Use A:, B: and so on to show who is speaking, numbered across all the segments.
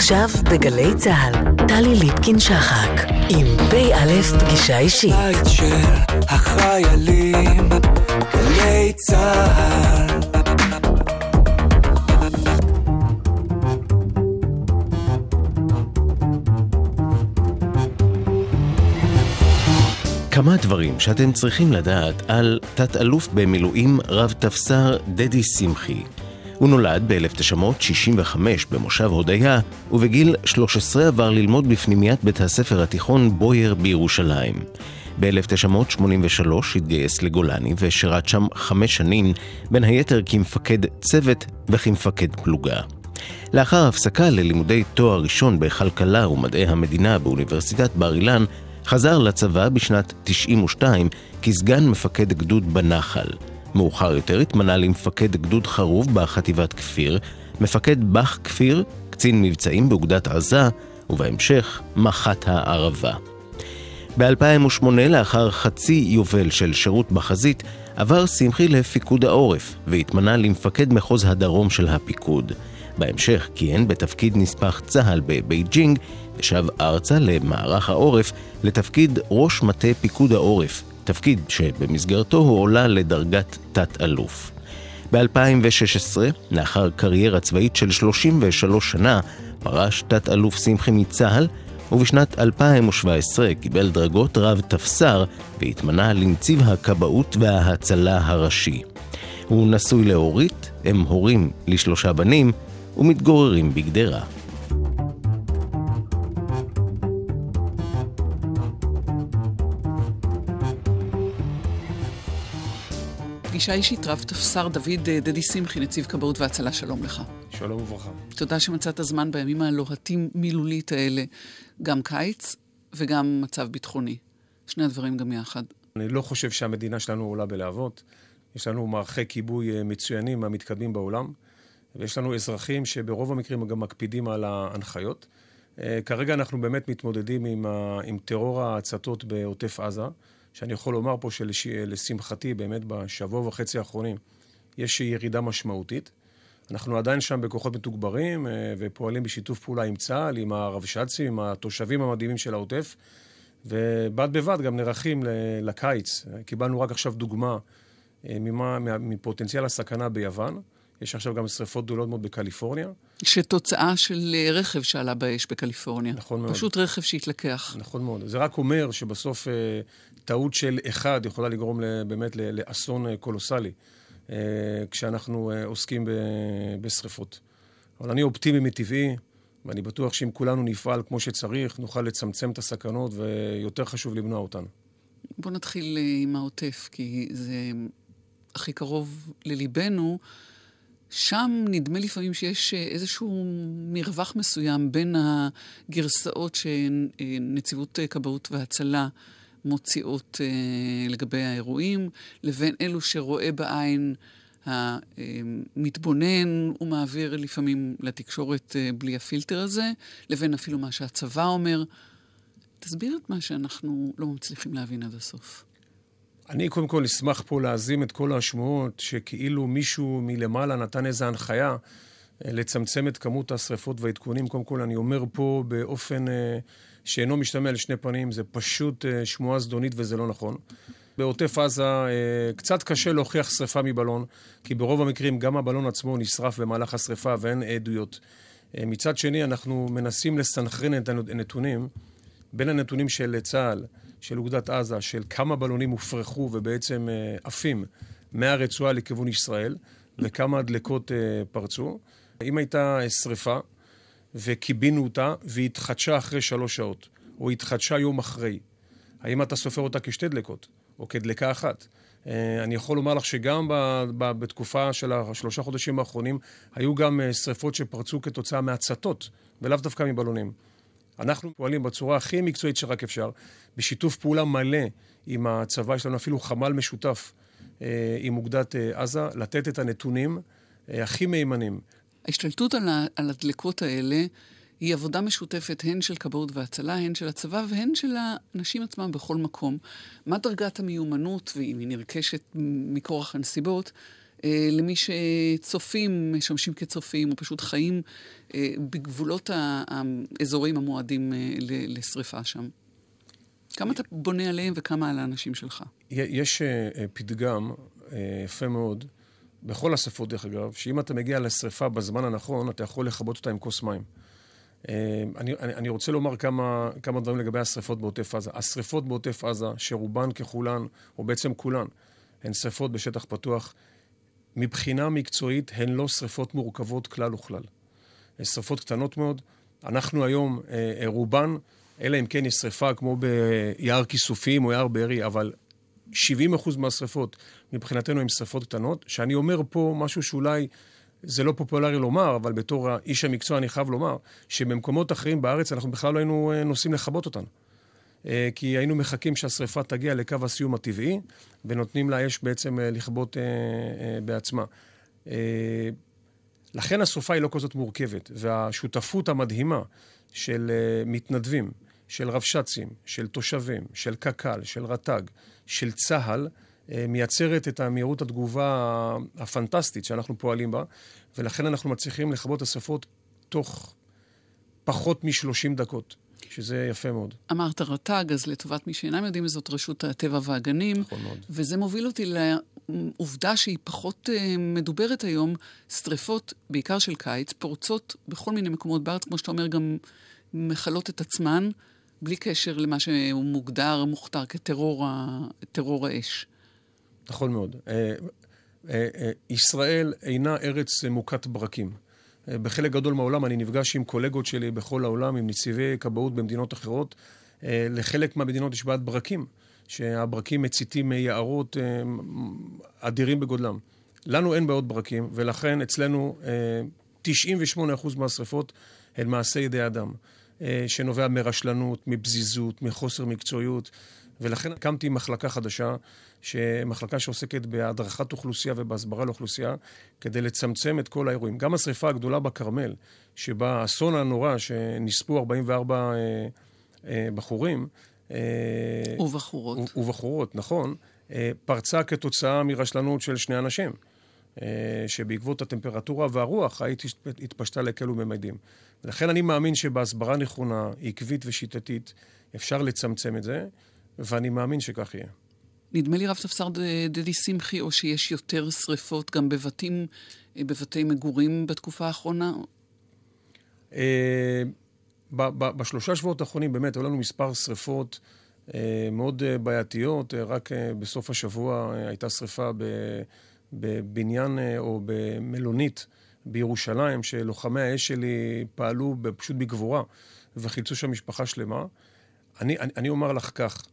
A: עכשיו בגלי צהל, טלי ליפקין שחק, עם פ"א פגישה אישית.
B: בית של החיילים, גלי צהל.
C: כמה דברים שאתם צריכים לדעת על תת-אלוף במילואים רב תפסר דדי שמחי. הוא נולד ב-1965 במושב הודיה, ובגיל 13 עבר ללמוד בפנימיית בית הספר התיכון בויר בירושלים. ב-1983 התגייס לגולני ושירת שם 5 שנים, בין היתר כמפקד צוות וכמפקד פלוגה. לאחר הפסקה ללימודי תואר ראשון בכלכלה ומדעי המדינה באוניברסיטת בר אילן, חזר לצבא בשנת 92 כסגן מפקד גדוד בנחל. מאוחר יותר התמנה למפקד גדוד חרוב בחטיבת כפיר, מפקד בח כפיר, קצין מבצעים באוגדת עזה, ובהמשך מח"ט הערבה. ב-2008, לאחר חצי יובל של שירות בחזית, עבר שמחי לפיקוד העורף, והתמנה למפקד מחוז הדרום של הפיקוד. בהמשך כיהן בתפקיד נספח צהל בבייג'ינג, ושב ארצה למערך העורף לתפקיד ראש מטה פיקוד העורף, תפקיד שבמסגרתו הוא עולה לדרגת תת-אלוף. ב-2016, לאחר קריירה צבאית של 33 שנה, פרש תת-אלוף שמחי מצהל, ובשנת 2017 קיבל דרגות רב תפסר והתמנה לנציב הכבאות וההצלה הראשי. הוא נשוי לאורית, הם הורים ל3 בנים, ומתגוררים בגדרה.
D: פגישה אישית רב תפסר דוד דדי שמחי, נציב כבאות והצלה, שלום לך.
E: שלום וברכה.
D: תודה שמצאת זמן בימים הלוהטים מילולית האלה, גם קיץ וגם מצב ביטחוני. שני הדברים גם יחד.
E: אני לא חושב שהמדינה שלנו עולה בלהבות. יש לנו מערכי כיבוי מצוינים מהמתקדמים בעולם, ויש לנו אזרחים שברוב המקרים גם מקפידים על ההנחיות. כרגע אנחנו באמת מתמודדים עם טרור ההצתות בעוטף עזה, שאני יכול לומר פה שלשמחתי באמת בשבוע וחצי האחרונים יש ירידה משמעותית. אנחנו עדיין שם בכוחות מתוגברים ופועלים בשיתוף פעולה עם צה"ל, עם הרבש"צים, עם התושבים המדהימים של העוטף, ובד בבד גם נערכים לקיץ. קיבלנו רק עכשיו דוגמה מפוטנציאל הסכנה ביוון. יש עכשיו גם שריפות גדולות מאוד בקליפורניה. שתוצאה
D: של רכב שעלה באש בקליפורניה.
E: נכון מאוד.
D: פשוט רכב שהתלקח.
E: נכון מאוד. זה רק אומר שבסוף טעות של אחד יכולה לגרום באמת לאסון קולוסלי, כשאנחנו עוסקים בשריפות. אבל אני אופטימי מטבעי, ואני בטוח שאם כולנו נפעל כמו שצריך, נוכל לצמצם את הסכנות, ויותר חשוב למנוע אותן.
D: בוא נתחיל עם העוטף, כי זה הכי קרוב לליבנו. שם נדמה לפעמים שיש איזשהו מרווח מסוים בין הגרסאות שנציבות כבאות והצלה מוציאות לגבי האירועים, לבין אלו שרואה בעין המתבונן ומעביר לפעמים לתקשורת בלי הפילטר הזה, לבין אפילו מה שהצבא אומר. תסביר את מה שאנחנו לא מצליחים להבין עד הסוף.
E: אני קודם כל אשמח פה להזים את כל השמועות שכאילו מישהו מלמעלה נתן איזו הנחיה לצמצם את כמות השריפות והעדכונים. קודם כל אני אומר פה באופן שאינו משתמע לשני פנים, זה פשוט שמועה זדונית וזה לא נכון. בעוטף עזה קצת קשה להוכיח שריפה מבלון, כי ברוב המקרים גם הבלון עצמו נשרף במהלך השריפה ואין עדויות. מצד שני אנחנו מנסים לסנכרן את הנתונים בין הנתונים של צה"ל, של אוגדת עזה, של כמה בלונים הופרחו ובעצם עפים מהרצועה לכיוון ישראל, וכמה דלקות פרצו. אם הייתה שריפה וקיבינו אותה והתחדשה אחרי 3 שעות, או התחדשה יום אחרי, האם אתה סופר אותה כשתי דלקות, או כדלקה אחת? אני יכול לומר לך שגם בתקופה של 3 חודשים האחרונים, היו גם שריפות שפרצו כתוצאה מהצתות, ולאו דווקא מבלונים. אנחנו פועלים בצורה הכי מקצועית שרק אפשר, בשיתוף פעולה מלא עם הצבא, יש לנו אפילו חמ"ל משותף עם אוגדת עזה, לתת את הנתונים הכי מהימנים.
D: ההשתלטות על הדלקות האלה היא עבודה משותפת הן של כבאות והצלה, הן של הצבא והן של האנשים עצמם בכל מקום. מה דרגת המיומנות, ואם היא נרכשת מכורח הנסיבות, למי שצופים, משמשים כצופים, או פשוט חיים בגבולות האזורים המועדים לשריפה שם. כמה אתה בונה עליהם וכמה על האנשים שלך? יש
E: פתגם יפה מאוד, בכל השרפות דרך אגב, שאם אתה מגיע לשריפה בזמן הנכון, אתה יכול לכבות אותה עם כוס מים. אני רוצה לומר כמה דברים לגבי השריפות בעוטף עזה. השריפות בעוטף עזה, שרובן ככולן, או בעצם כולן, הן שריפות בשטח פתוח, מבחינה מקצועית הן לא שריפות מורכבות כלל וכלל. שריפות קטנות מאוד. אנחנו היום רובן, אלא אם כן יש שריפה כמו ביער כיסופים או יער בארי, אבל 70% מהשריפות מבחינתנו הן שריפות קטנות, שאני אומר פה משהו שאולי זה לא פופולרי לומר, אבל בתור איש המקצוע אני חייב לומר, שבמקומות אחרים בארץ אנחנו בכלל לא היינו נוסעים לכבות אותן. כי היינו מחכים שהשריפה תגיע לקו הסיום הטבעי, ונותנים לה אש בעצם לכבות בעצמה. לכן השריפה היא לא כזאת מורכבת, והשותפות המדהימה של מתנדבים, של רבש"צים, של תושבים, של קק"ל, של רט"ג, של צה"ל, מייצרת את המהירות התגובה הפנטסטית שאנחנו פועלים בה, ולכן אנחנו מצליחים לכבות השרפות תוך פחות מ-30 דקות, שזה יפה מאוד.
D: אמרת רט"ג, אז לטובת מי שאינם יודעים, זאת רשות הטבע והגנים,
E: נכון מאוד.
D: וזה מוביל אותי לעובדה שהיא פחות מדוברת היום, שריפות, בעיקר של קיץ, פורצות בכל מיני מקומות בארץ, כמו שאתה אומר, גם מחלות את עצמן, בלי קשר למה שהוא מוכתר כטרור האש.
E: נכון מאוד. ישראל אינה ארץ מוכת ברקים. בחלק גדול מהעולם אני נפגש עם קולגות שלי בכל העולם, עם נציבי כבאות במדינות אחרות. לחלק מהמדינות יש בעיית ברקים, שהברקים מציתים יערות אדירים בגודלם. לנו אין בעיות ברקים, ולכן אצלנו 98% מהשריפות הן מעשי ידי אדם, שנובע מרשלנות, מבזיזות, מחוסר מקצועיות, ולכן הקמתי מחלקה חדשה, מחלקה שעוסקת בהדרכת אוכלוסייה ובהסברה לאוכלוסייה, כדי לצמצם את כל האירועים. גם השריפה הגדולה בכרמל, שבה האסון הנורא שנספו 44 בחורים, ובחורות, נכון, פרצה כתוצאה מרשלנות של 2 אנשים, שבעקבות הטמפרטורה והרוח התפשטה לכאלו ממדים. ולכן אני מאמין שבהסברה נכונה, עקבית ושיטתית, אפשר לצמצם את זה, ואני מאמין שכך יהיה.
D: נדמה לי רב תפסר דדי שמחי, או שיש יותר שריפות גם בבתי מגורים בתקופה האחרונה?
E: בשלושה שבועות האחרונים באמת היו לנו מספר שריפות מאוד בעייתיות. רק בסוף השבוע הייתה שריפה בבניין או במלונית בירושלים, שלוחמי האש שלי פעלו פשוט בגבורה, וחילצו שם משפחה שלמה. אני אומר לך כך,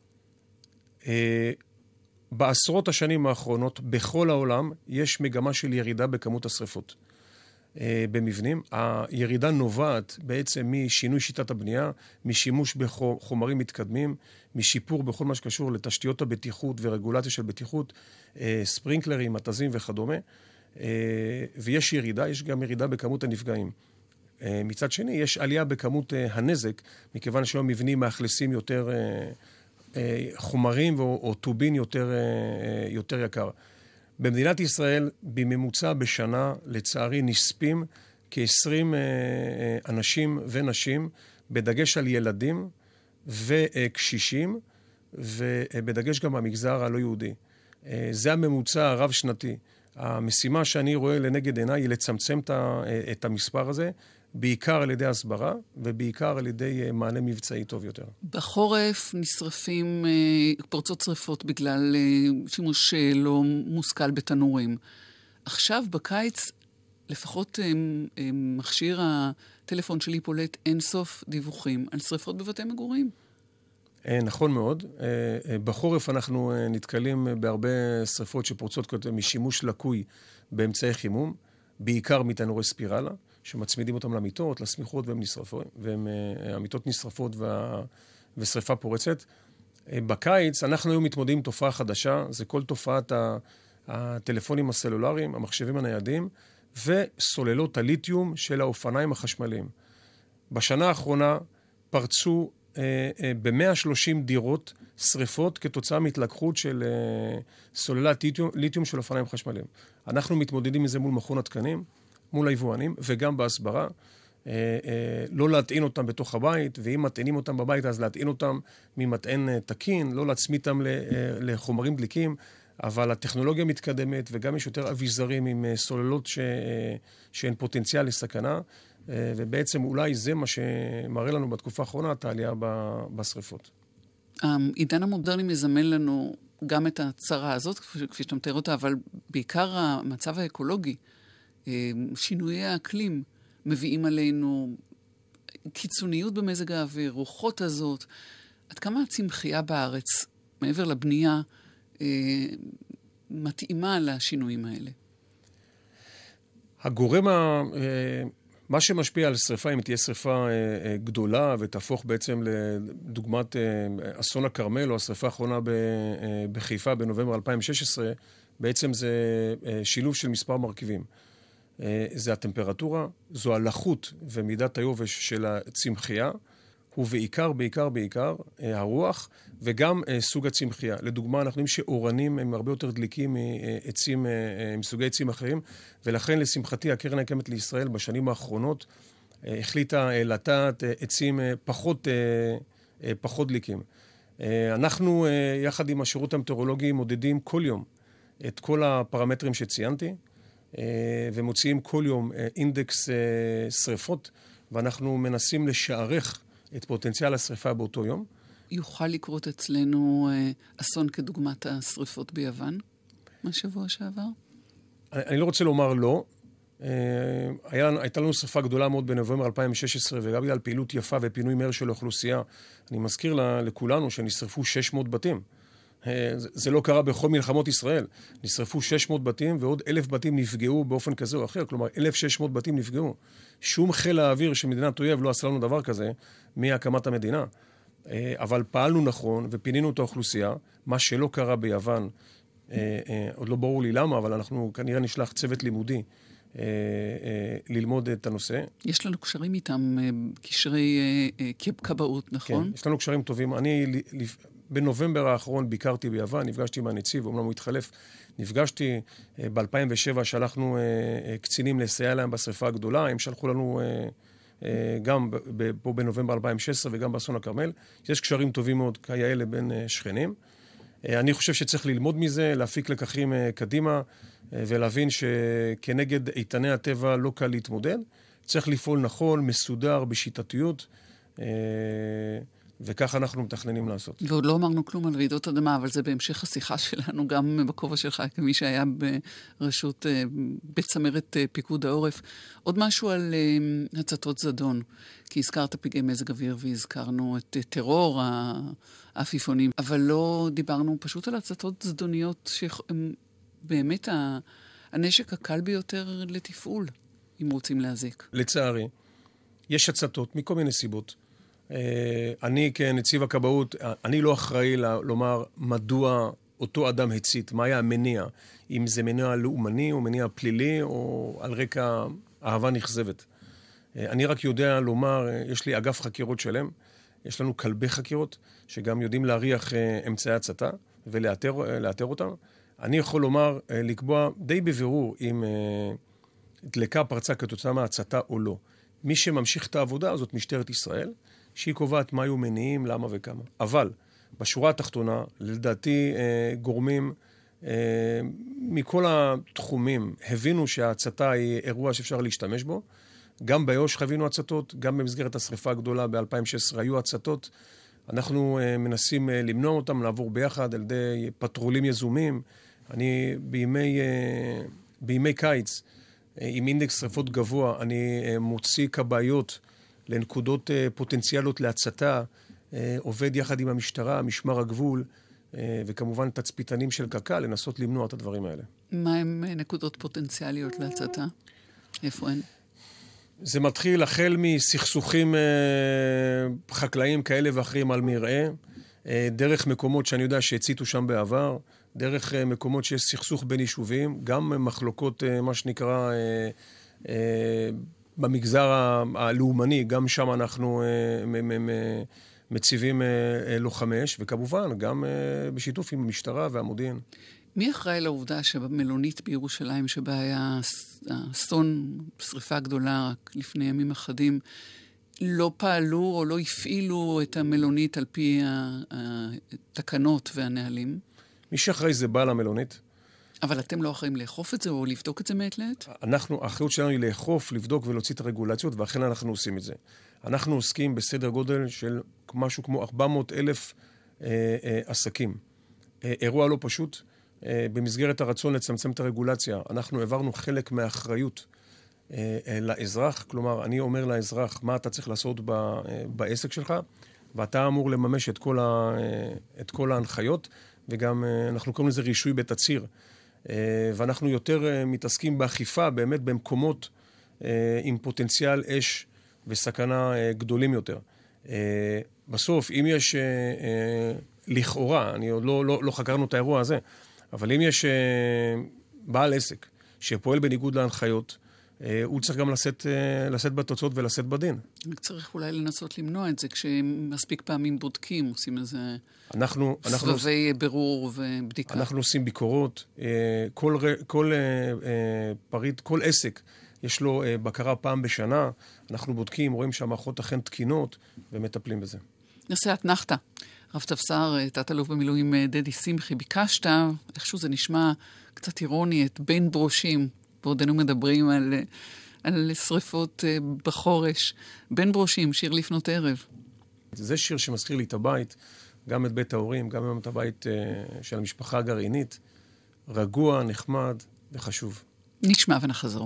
E: בעשרות השנים האחרונות, בכל העולם, יש מגמה של ירידה בכמות השריפות במבנים. הירידה נובעת בעצם משינוי שיטת הבנייה, משימוש בחומרים מתקדמים, משיפור בכל מה שקשור לתשתיות הבטיחות ורגולציה של בטיחות, ספרינקלרים, מתזים וכדומה. ויש ירידה, יש גם ירידה בכמות הנפגעים. מצד שני, יש עלייה בכמות הנזק, מכיוון שהיום מבנים מאכלסים יותר חומרים או טובין יותר יקר. במדינת ישראל, בממוצע בשנה, לצערי, נספים כ-20 אנשים ונשים, בדגש על ילדים וקשישים, ובדגש גם במגזר הלא יהודי. זה הממוצע הרב-שנתי. המשימה שאני רואה לנגד עיניי היא לצמצם את המספר הזה, בעיקר על ידי הסברה, ובעיקר על ידי מענה מבצעי טוב יותר.
D: בחורף נשרפים פורצות שריפות בגלל שימוש לא מושכל בתנורים. עכשיו בקיץ, לפחות מכשיר הטלפון שלי פולט אינסוף דיווחים על שריפות בבתי מגורים.
E: נכון מאוד. בחורף אנחנו נתקלים בהרבה שריפות שפורצות משימוש לקוי באמצעי חימום, בעיקר מתנורי ספירלה, שמצמידים אותם למיטות, לסמיכות, והמיטות נשרפות ושריפה פורצת. בקיץ אנחנו היום מתמודדים עם תופעה חדשה, זה כל תופעת הטלפונים הסלולריים, המחשבים הניידים, וסוללות הליתיום של האופניים החשמליים. בשנה האחרונה פרצו ב-130 דירות שריפות כתוצאה מהתלקחות של סוללת ליתיום של אופניים חשמליים. אנחנו מתמודדים מזה מול מכון התקנים, מול היבואנים, וגם בהסברה. לא להטעין אותם בתוך הבית, ואם מטעינים אותם בבית, אז להטעין אותם ממטען תקין, לא להצמיד אותם לחומרים דליקים, אבל הטכנולוגיה מתקדמת, וגם יש יותר אביזרים עם סוללות שהן פוטנציאל לסכנה, ובעצם אולי זה מה שמראה לנו בתקופה האחרונה, את העלייה בשריפות.
D: העידן המודרני מזמן לנו גם את הצרה הזאת, כפי שאתה מתאר אותה, אבל בעיקר המצב האקולוגי, שינויי האקלים, מביאים עלינו קיצוניות במזג האוויר, רוחות הזאת. עד כמה הצמחייה בארץ, מעבר לבנייה, מתאימה לשינויים האלה?
E: הגורם, מה שמשפיע על שריפה, אם תהיה שריפה גדולה ותהפוך בעצם לדוגמת אסון הכרמל או השריפה האחרונה בחיפה בנובמבר 2016, בעצם זה שילוב של מספר מרכיבים. זה הטמפרטורה, זו הלחות ומידת היובש של הצמחייה, ובעיקר, בעיקר, הרוח, וגם סוג הצמחייה. לדוגמה, אנחנו יודעים שאורנים הם הרבה יותר דליקים מעצים, מסוגי עצים אחרים, ולכן לשמחתי הקרן הקיימת לישראל בשנים האחרונות החליטה לטעת עצים פחות דליקים. אנחנו, יחד עם השירות המטאורולוגי, מודדים כל יום את כל הפרמטרים שציינתי, ומוציאים כל יום אינדקס שריפות, ואנחנו מנסים לשערך את פוטנציאל השריפה באותו יום.
D: יוכל לקרות אצלנו אסון כדוגמת השריפות ביוון, מהשבוע שעבר?
E: אני לא רוצה לומר לא. הייתה לנו שריפה גדולה מאוד בנובמבר 2016, וגם בגלל פעילות יפה ופינוי מהר של האוכלוסייה. אני מזכיר לכולנו שנשרפו 600 בתים. זה לא קרה בכל מלחמות ישראל. נשרפו 600 בתים ועוד 1,000 בתים נפגעו באופן כזה או אחר. כלומר, 1,600 בתים נפגעו. שום חיל האוויר של מדינת אויב לא עשה לנו דבר כזה מהקמת המדינה. אבל פעלנו נכון ופינינו את האוכלוסייה, מה שלא קרה ביוון. עוד לא ברור לי למה, אבל אנחנו כנראה נשלח צוות לימודי ללמוד את הנושא.
D: יש לנו קשרים איתם, קשרי כבאות, נכון?
E: כן, יש לנו קשרים טובים. אני בנובמבר האחרון ביקרתי ביוון, נפגשתי עם הנציב, אומנם הוא התחלף, נפגשתי ב-2007, שלחנו קצינים לסייע להם בשריפה הגדולה, הם שלחו לנו גם פה בנובמבר 2016 וגם באסון הכרמל. יש קשרים טובים מאוד כאלה בין שכנים. אני חושב שצריך ללמוד מזה, להפיק לקחים קדימה, ולהבין שכנגד איתני הטבע לא קל להתמודד. צריך לפעול נכון, מסודר, בשיטתיות, וכך אנחנו מתכננים לעשות.
D: ועוד לא אמרנו כלום על רעידות אדמה, אבל זה בהמשך השיחה שלנו, גם בכובע שלך, כמי שהיה ברשות, בצמרת פיקוד העורף. עוד משהו על הצתות זדון, כי הזכרת פגעי מזג אוויר, והזכרנו את טרור העפיפונים, אבל לא דיברנו פשוט על הצתות זדוניות, שהן באמת הנשק הקל ביותר לתפעול, אם רוצים להזיק.
E: לצערי, יש הצתות מכל מיני סיבות. אני כנציב הכבאות, אני לא אחראי לומר מדוע אותו אדם הצית, מה היה המניע, אם זה מניע לאומני או מניע פלילי או על רקע אהבה נכזבת. אני רק יודע לומר, יש לי אגף חקירות שלם, יש לנו כלבי חקירות שגם יודעים להריח אמצעי הצתה ולאתר אותם. אני יכול לומר, לקבוע די בבירור אם דלקה פרצה כתוצאה מהצתה או לא. מי שממשיך את העבודה הזאת משטרת ישראל, שהיא קובעת מה היו מניעים, למה וכמה. אבל בשורה התחתונה, לדעתי גורמים מכל התחומים הבינו שההצתה היא אירוע שאפשר להשתמש בו. גם ביו"ש חווינו הצתות, גם במסגרת השריפה הגדולה ב-2016 היו הצתות. אנחנו מנסים למנוע אותם, לעבור ביחד על ידי פטרולים יזומים. אני בימי קיץ, עם אינדקס שריפות גבוה, אני מוציא כבאיות לנקודות פוטנציאליות להצתה, עובד יחד עם המשטרה, משמר הגבול, וכמובן תצפיתנים של קק"ל, לנסות למנוע את הדברים האלה.
D: מה הם נקודות פוטנציאליות להצתה? איפה הן?
E: זה מתחיל החל מסכסוכים חקלאיים כאלה ואחרים על מרעה, דרך מקומות שאני יודע שהציתו שם בעבר, דרך מקומות שיש סכסוך בין יישובים, גם מחלוקות, מה שנקרא, במגזר הלאומני, גם שם אנחנו מציבים לוחמי אש, וכמובן גם בשיתוף עם המשטרה והמודיעין.
D: מי אחראי לעובדה שבמלונית בירושלים, שבה היה אסון, שריפה גדולה רק לפני ימים אחדים, לא פעלו או לא הפעילו את המלונית על פי התקנות והנהלים?
E: מי שאחראי זה בעל המלונית.
D: אבל אתם לא אחראים לאכוף את זה או לבדוק את זה מעת לעת?
E: האחריות שלנו היא לאכוף, לבדוק ולהוציא את הרגולציות, ואכן אנחנו עושים את זה. אנחנו עוסקים בסדר גודל של משהו כמו 400,000 עסקים. אירוע לא פשוט. במסגרת הרצון לצמצם את הרגולציה, אנחנו העברנו חלק מהאחריות לאזרח. כלומר, אני אומר לאזרח מה אתה צריך לעשות בעסק שלך, ואתה אמור לממש את כל ההנחיות, וגם אנחנו קוראים לזה רישוי בתצהיר. ואנחנו יותר מתעסקים באכיפה, באמת במקומות עם פוטנציאל אש וסכנה גדולים יותר. בסוף, אם יש לכאורה, אני עוד לא חקרנו את האירוע הזה, אבל אם יש בעל עסק שפועל בניגוד להנחיות, הוא צריך גם לשאת בתוצאות ולשאת בדין.
D: צריך אולי לנסות למנוע את זה, כשמספיק פעמים בודקים, עושים איזה סבבי ברור ובדיקה.
E: אנחנו עושים ביקורות, כל פריט, כל עסק, יש לו בקרה פעם בשנה, אנחנו בודקים, רואים שהמערכות אכן תקינות, ומטפלים בזה.
D: נעשה אתנחתא. רב תפסר, תת-אלוף במילואים דדי שמחי, ביקשת, איכשהו זה נשמע קצת אירוני, את בין ברושים, בעודנו מדברים על שריפות בחורש. בין ברושים, שיר לפנות ערב.
E: זה שיר שמזכיר לי את הבית, גם את בית ההורים, גם את הבית של המשפחה הגרעינית. רגוע, נחמד וחשוב.
D: נשמע ונחזור.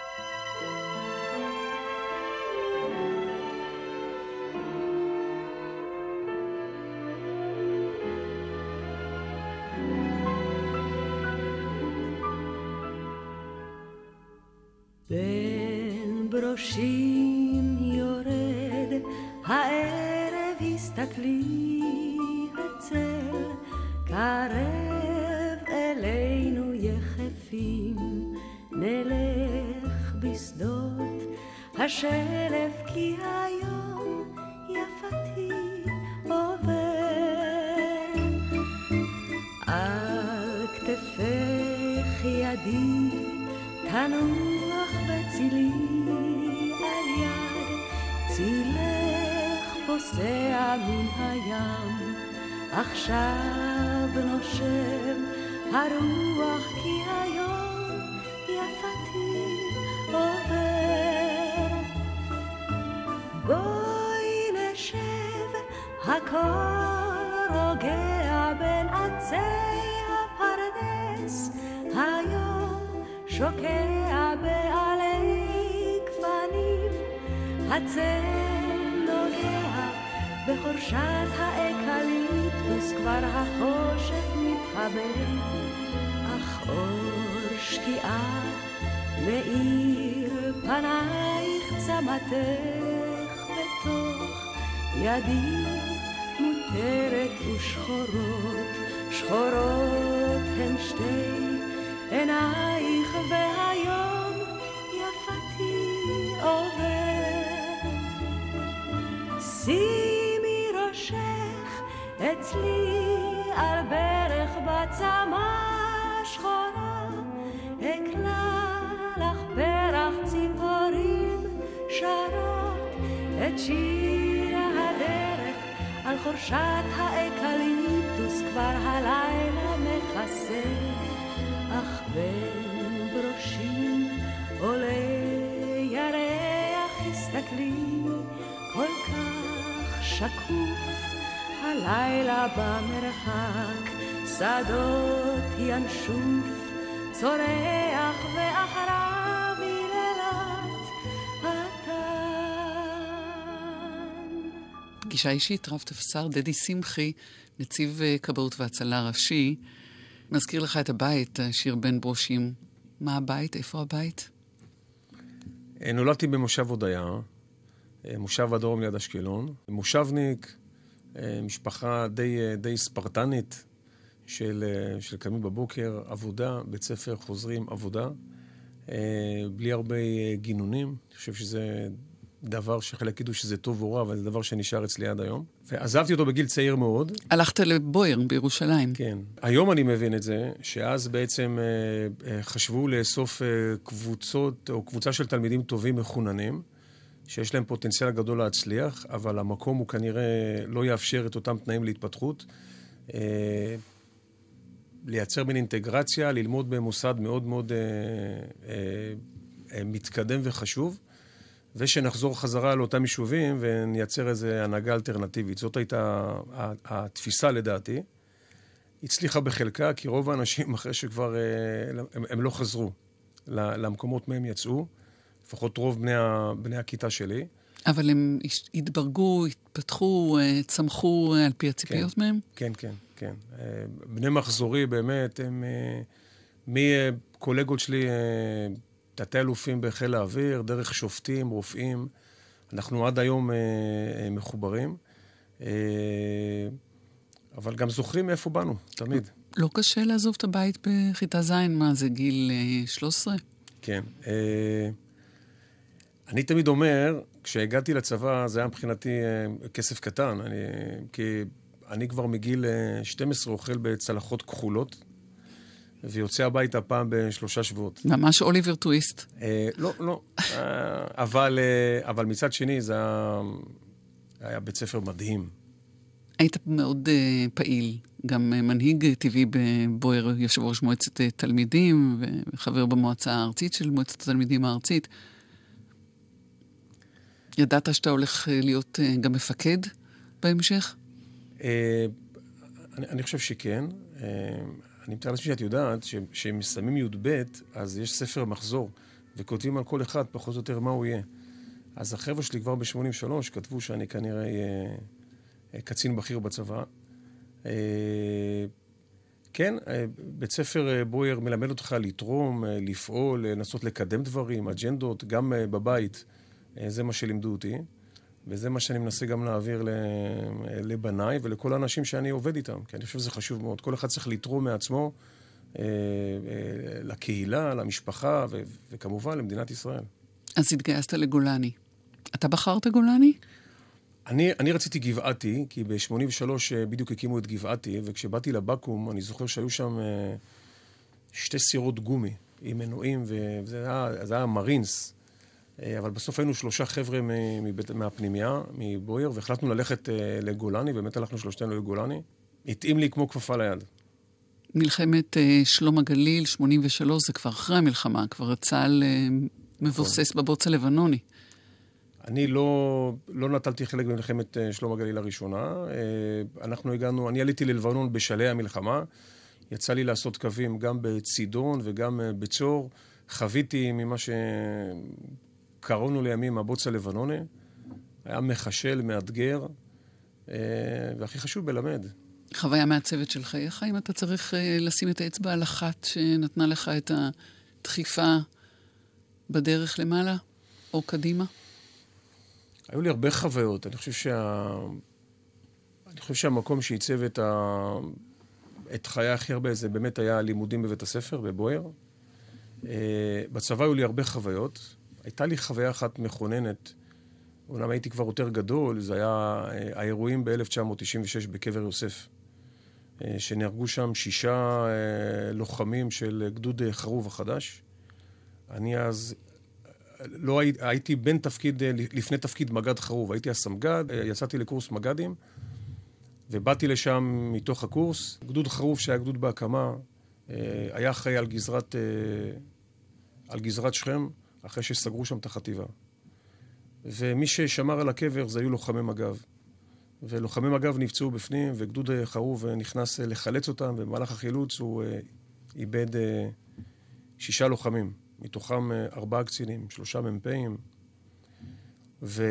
F: בין ברושים יורד הערב, הסתכלי הצל קרב אלינו יחפים, נלך בשדות השלף כי היום יפתי עובר. על כתפך ידי תנוח בצילי, על יד צילך פוסע מן הים, עכשיו נושם הרוח כי היום יפתי עובר. בואי נשב, הכל רוגע בין עצי הפרדס, היום שוקע בעלי גפנים, הצל נוגע בחורשת האקליפטוס, כבר החושך מתחבר, אך אור שקיעה מאיר פנייך, צמתך בתוך ידי מותרת ושחורות, שחורות הן שתי עינייך, והיום יפתי עובר. שימי ראשך אצלי על ברך בצמא שחורה, אקלה לך פרח ציפורים שרות את שיר הדרך, על חורשת האקליפטוס כבר הלילה מכסה, אך בין ברושים עולה ירח, הסתכלי כל כך שקוף, הלילה במרחק שדות ינשוף, צורח ואחריו היללת התן.
D: פגישה אישית, רב תפסר דדי שמחי, נציב כבאות והצלה ראשי, מזכיר לך את הבית, שיר בין ברושים. מה הבית? איפה הבית?
E: נולדתי במושב הודיה, מושב הדרום ליד אשקלון. מושבניק, משפחה די ספרטנית של קמים בבוקר, עבודה, בית ספר, חוזרים, עבודה, בלי הרבה גינונים. אני חושב שזה דבר שחלק ידעו שזה טוב או רע, אבל זה דבר שנשאר אצלי עד היום. ועזבתי אותו בגיל צעיר מאוד.
D: הלכת לבויר בירושלים.
E: כן. היום אני מבין את זה, שאז בעצם חשבו לאסוף קבוצות, או קבוצה של תלמידים טובים מחוננים, שיש להם פוטנציאל גדול להצליח, אבל המקום הוא כנראה לא יאפשר את אותם תנאים להתפתחות. לייצר בין אינטגרציה, ללמוד במוסד מאוד מאוד מתקדם וחשוב, ושנחזור חזרה לאותם יישובים ונייצר איזו הנהגה אלטרנטיבית. זאת הייתה התפיסה לדעתי. הצליחה בחלקה, כי רוב האנשים אחרי שכבר הם לא חזרו למקומות מהם יצאו, לפחות רוב בני הכיתה שלי.
D: אבל הם התברגו, התפתחו, צמחו על פי הציפיות מהם?
E: כן, כן, כן. בני מחזורי באמת, הם מקולגות שלי, תתי אלופים בחיל האוויר, דרך שופטים, רופאים. אנחנו עד היום מחוברים. אבל גם זוכרים איפה באנו, תמיד.
D: לא קשה לעזוב את הבית בכיתה ז', מה זה, גיל 13?
E: כן. אני תמיד אומר, כשהגעתי לצבא, זה היה מבחינתי כסף קטן, כי אני כבר מגיל 12 אוכל בצלחות כחולות, ויוצא הביתה פעם ב3 שבועות.
D: ממש אוליבר טוויסט.
E: לא, לא. אבל מצד שני, זה היה בית ספר מדהים.
D: היית מאוד פעיל, גם מנהיג טבעי בבויר, יושב ראש מועצת תלמידים, וחבר במועצה הארצית של מועצת התלמידים הארצית. ידעת שאתה הולך להיות גם מפקד בהמשך?
E: אני חושב שכן. אני מתאר לעצמי שאת יודעת שהם מסיימים י"ב, אז יש ספר מחזור, וכותבים על כל אחד פחות או יותר מה הוא יהיה. אז החבר'ה שלי כבר ב-83 כתבו שאני כנראה יהיה קצין בכיר בצבא. כן, בית ספר בויר מלמד אותך לתרום, לפעול, לנסות לקדם דברים, אג'נדות, גם בבית. זה מה שלימדו אותי, וזה מה שאני מנסה גם להעביר לבניי ולכל האנשים שאני עובד איתם, כי אני חושב שזה חשוב מאוד. כל אחד צריך לתרום מעצמו לקהילה, למשפחה, וכמובן למדינת ישראל.
D: אז התגייסת לגולני. אתה בחרת גולני?
E: אני רציתי גבעתי, כי ב-83 בדיוק הקימו את גבעתי, וכשבאתי לבקום, אני זוכר שהיו שם 2 סירות גומי עם מנועים, וזה היה מרינס. אבל בסוף היינו 3 חבר'ה מהפנימיה, מבויר, והחלטנו ללכת לגולני, באמת הלכנו 3 לגולני. התאים לי כמו כפפה ליד.
D: מלחמת שלום הגליל, 83, זה כבר אחרי המלחמה, כבר צה"ל מבוסס בבוץ הלבנוני.
E: אני לא נטלתי חלק במלחמת שלום הגליל הראשונה. אני עליתי ללבנון בשלהי המלחמה. יצא לי לעשות קווים גם בצידון וגם בצור. חוויתי ממה שקראנו לימים הבוץ הלבנוני. היה מחשל, מאתגר, והכי חשוב בלמד.
D: חוויה מעצבת של חייך, אם אתה צריך לשים את האצבע על אחת שנתנה לך את הדחיפה בדרך למעלה או קדימה?
E: היו לי הרבה חוויות. אני חושב שהמקום שעיצב את חיי הכי הרבה זה באמת היה לימודים בבית הספר, בבויר. בצבא היו לי הרבה חוויות. הייתה לי חוויה אחת מכוננת, אומנם הייתי כבר יותר גדול, זה היה האירועים ב-1996 בקבר יוסף, שנהרגו שם 6 לוחמים של גדוד חרוב החדש. אני אז לא הייתי בין תפקיד, לפני תפקיד מגד חרוב, הייתי הסמגד, יצאתי לקורס מגדים, ובאתי לשם מתוך הקורס. גדוד חרוב שהיה גדוד בהקמה, היה אחראי על גזרת שכם, אחרי שסגרו שם את החטיבה. ומי ששמר על הקבר זה היו לוחמי מג"ב. ולוחמי מג"ב נפצעו בפנים, וגדוד חרוב נכנס לחלץ אותם, ובמהלך החילוץ הוא איבד 6 לוחמים. מתוכם 4 קצינים, 3 מ"פים. ואיך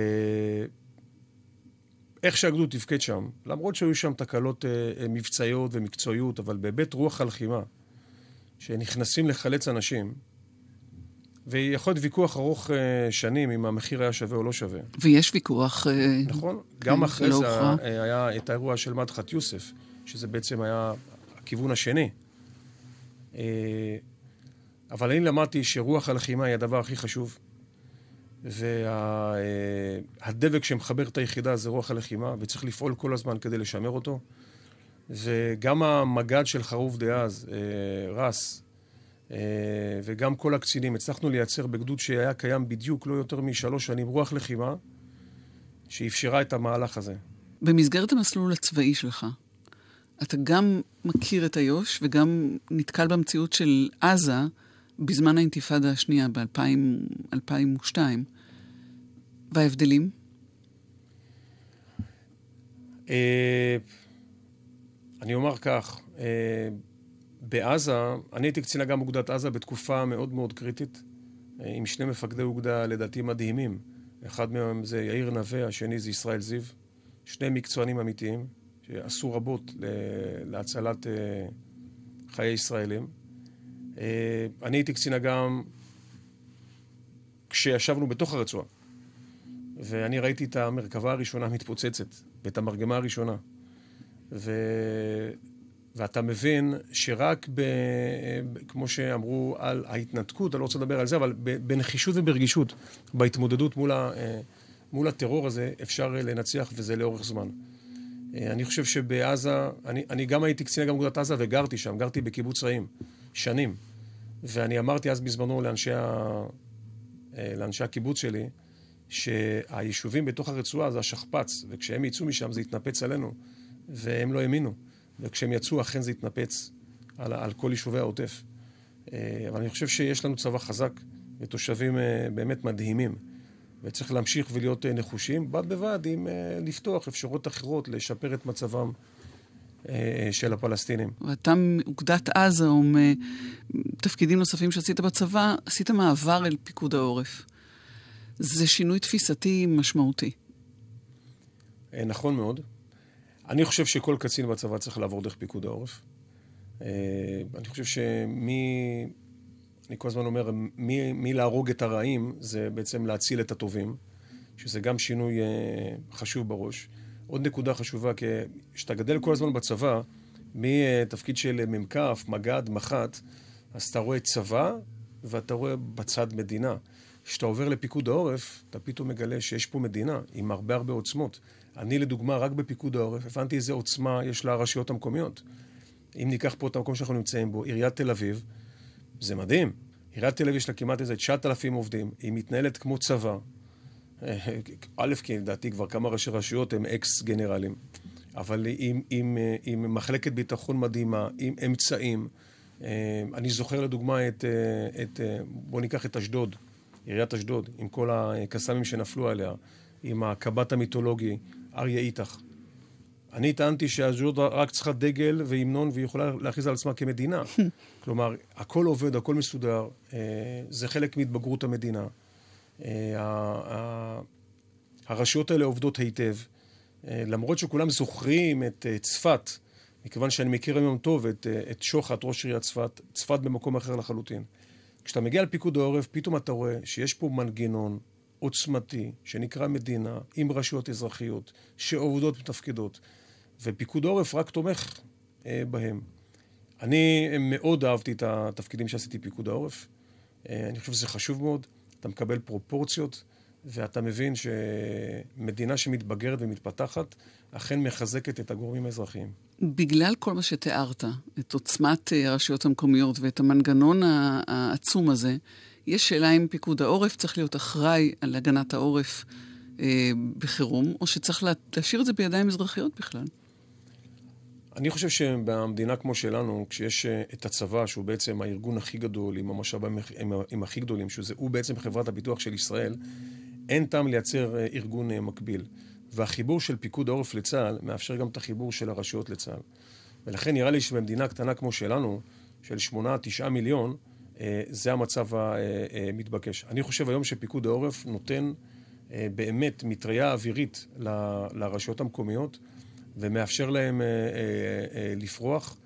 E: שהגדוד תפקד שם, למרות שהיו שם תקלות מבצעיות ומקצועיות, אבל בהיבט רוח הלחימה, שנכנסים לחלץ אנשים, ויכול להיות ויכוח ארוך שנים אם המחיר היה שווה או לא שווה.
D: ויש ויכוח.
E: נכון. גם אחרי זה היה את האירוע של מדחת יוסף, שזה בעצם היה הכיוון השני. אבל אני למדתי שרוח הלחימה היא הדבר הכי חשוב. והדבק שמחבר את היחידה זה רוח הלחימה, וצריך לפעול כל הזמן כדי לשמר אותו. וגם המג"ד של חרוב דאז, רס, וגם כל הקצינים, הצלחנו לייצר בגדוד שהיה קיים בדיוק לא יותר מ3 שנים, רוח לחימה, שאפשרה את המהלך הזה.
D: במסגרת המסלול הצבאי שלך, אתה גם מכיר את איו"ש וגם נתקל במציאות של עזה בזמן האינתיפאדה השנייה ב-2002. וההבדלים?
E: אני אומר כך, בעזה, אני הייתי קצין אג"ם אוגדת עזה בתקופה מאוד מאוד קריטית, עם 2 מפקדי אוגדה לדעתי מדהימים. אחד מהם זה יאיר נווה, השני זה ישראל זיו. 2 מקצוענים אמיתיים שעשו רבות להצלת חיי ישראלים. אני הייתי קצין אג"ם כשישבנו בתוך הרצועה, ואני ראיתי את המרכבה הראשונה מתפוצצת, ואת המרגמה הראשונה. ואתה מבין שרק כמו שאמרו על ההתנתקות, אני לא רוצה לדבר על זה, אבל בנחישות וברגישות, בהתמודדות מול הטרור הזה, אפשר לנצח, וזה לאורך זמן. אני חושב שבעזה, אני גם הייתי קצין אג"ם אוגדת עזה וגרתי שם, גרתי בקיבוץ רעים, שנים. ואני אמרתי אז בזמנו לאנשי הקיבוץ שלי, שהיישובים בתוך הרצועה זה השכפ"ץ, וכשהם יצאו משם זה יתנפץ עלינו, והם לא האמינו. וכשהם יצאו, אכן זה יתנפץ על כל יישובי העוטף. אבל אני חושב שיש לנו צבא חזק, ותושבים באמת מדהימים, וצריך להמשיך ולהיות נחושים, בד בבד עם לפתוח אפשרות אחרות, לשפר את מצבם של הפלסטינים.
D: ואתה מאוגדת עזה, או מתפקידים נוספים שעשית בצבא, עשית מעבר אל פיקוד העורף. זה שינוי תפיסתי משמעותי.
E: נכון מאוד. אני חושב שכל קצין בצבא צריך לעבור דרך פיקוד העורף. אני חושב אני כל הזמן אומר, מי להרוג את הרעים, זה בעצם להציל את הטובים, שזה גם שינוי חשוב בראש. עוד נקודה חשובה, כי כשאתה גדל כל הזמן בצבא, מתפקיד של ממקף, מג"ד, מח"ט, אז אתה רואה צבא, ואתה רואה בצד מדינה. כשאתה עובר לפיקוד העורף, אתה פתאום מגלה שיש פה מדינה עם הרבה הרבה עוצמות. אני לדוגמה, רק בפיקוד העורף, הבנתי איזה עוצמה יש לרשויות המקומיות. אם ניקח פה את המקום שאנחנו נמצאים בו, עיריית תל אביב, זה מדהים. עיריית תל אביב יש לה כמעט איזה 9,000 עובדים, היא מתנהלת כמו צבא. א', כי לדעתי כבר כמה ראשי רשויות הם אקס גנרלים, אבל עם מחלקת ביטחון מדהימה, עם אמצעים. אני זוכר לדוגמה בוא ניקח את אשדוד, עיריית אשדוד, עם כל הקסמים שנפלו עליה, עם הקב"ט המיתולוגי, אריה איתך. אני טענתי שאשדוד רק צריכה דגל והמנון, והיא יכולה להכריז על עצמה כמדינה. כלומר, הכל עובד, הכל מסודר, זה חלק מהתבגרות המדינה. הרשויות האלה עובדות היטב. למרות שכולם זוכרים את צפת, מכיוון שאני מכיר היום טוב את שוחט, ראש עיריית צפת, צפת במקום אחר לחלוטין. כשאתה מגיע לפיקוד העורף, פתאום אתה רואה שיש פה מנגנון עוצמתי, שנקרא מדינה, עם רשויות אזרחיות, שעובדות ותפקידות, ופיקוד העורף רק תומך בהם. אני מאוד אהבתי את התפקידים שעשיתי פיקוד העורף. אני חושב שזה חשוב מאוד. אתה מקבל פרופורציות, ואתה מבין שמדינה שמתבגרת ומתפתחת, אכן מחזקת את הגורמים האזרחיים.
D: בגלל כל מה שתיארת, את עוצמת הרשויות המקומיות ואת המנגנון העצום הזה, יש שאלה אם פיקוד העורף צריך להיות אחראי על הגנת העורף בחירום, או שצריך להשאיר את זה בידיים אזרחיות בכלל?
E: אני חושב שבמדינה כמו שלנו, כשיש את הצבא, שהוא בעצם הארגון הכי גדול, עם המשאבים עם הכי גדולים, שהוא בעצם חברת הביטוח של ישראל, אין טעם לייצר ארגון מקביל. והחיבור של פיקוד העורף לצה"ל מאפשר גם את החיבור של הרשויות לצה"ל. ולכן נראה לי שבמדינה קטנה כמו שלנו, של 8-9 מיליון, זה המצב המתבקש. אני חושב היום שפיקוד העורף נותן באמת מטריה אווירית לרשויות המקומיות, ומאפשר להם לפרוח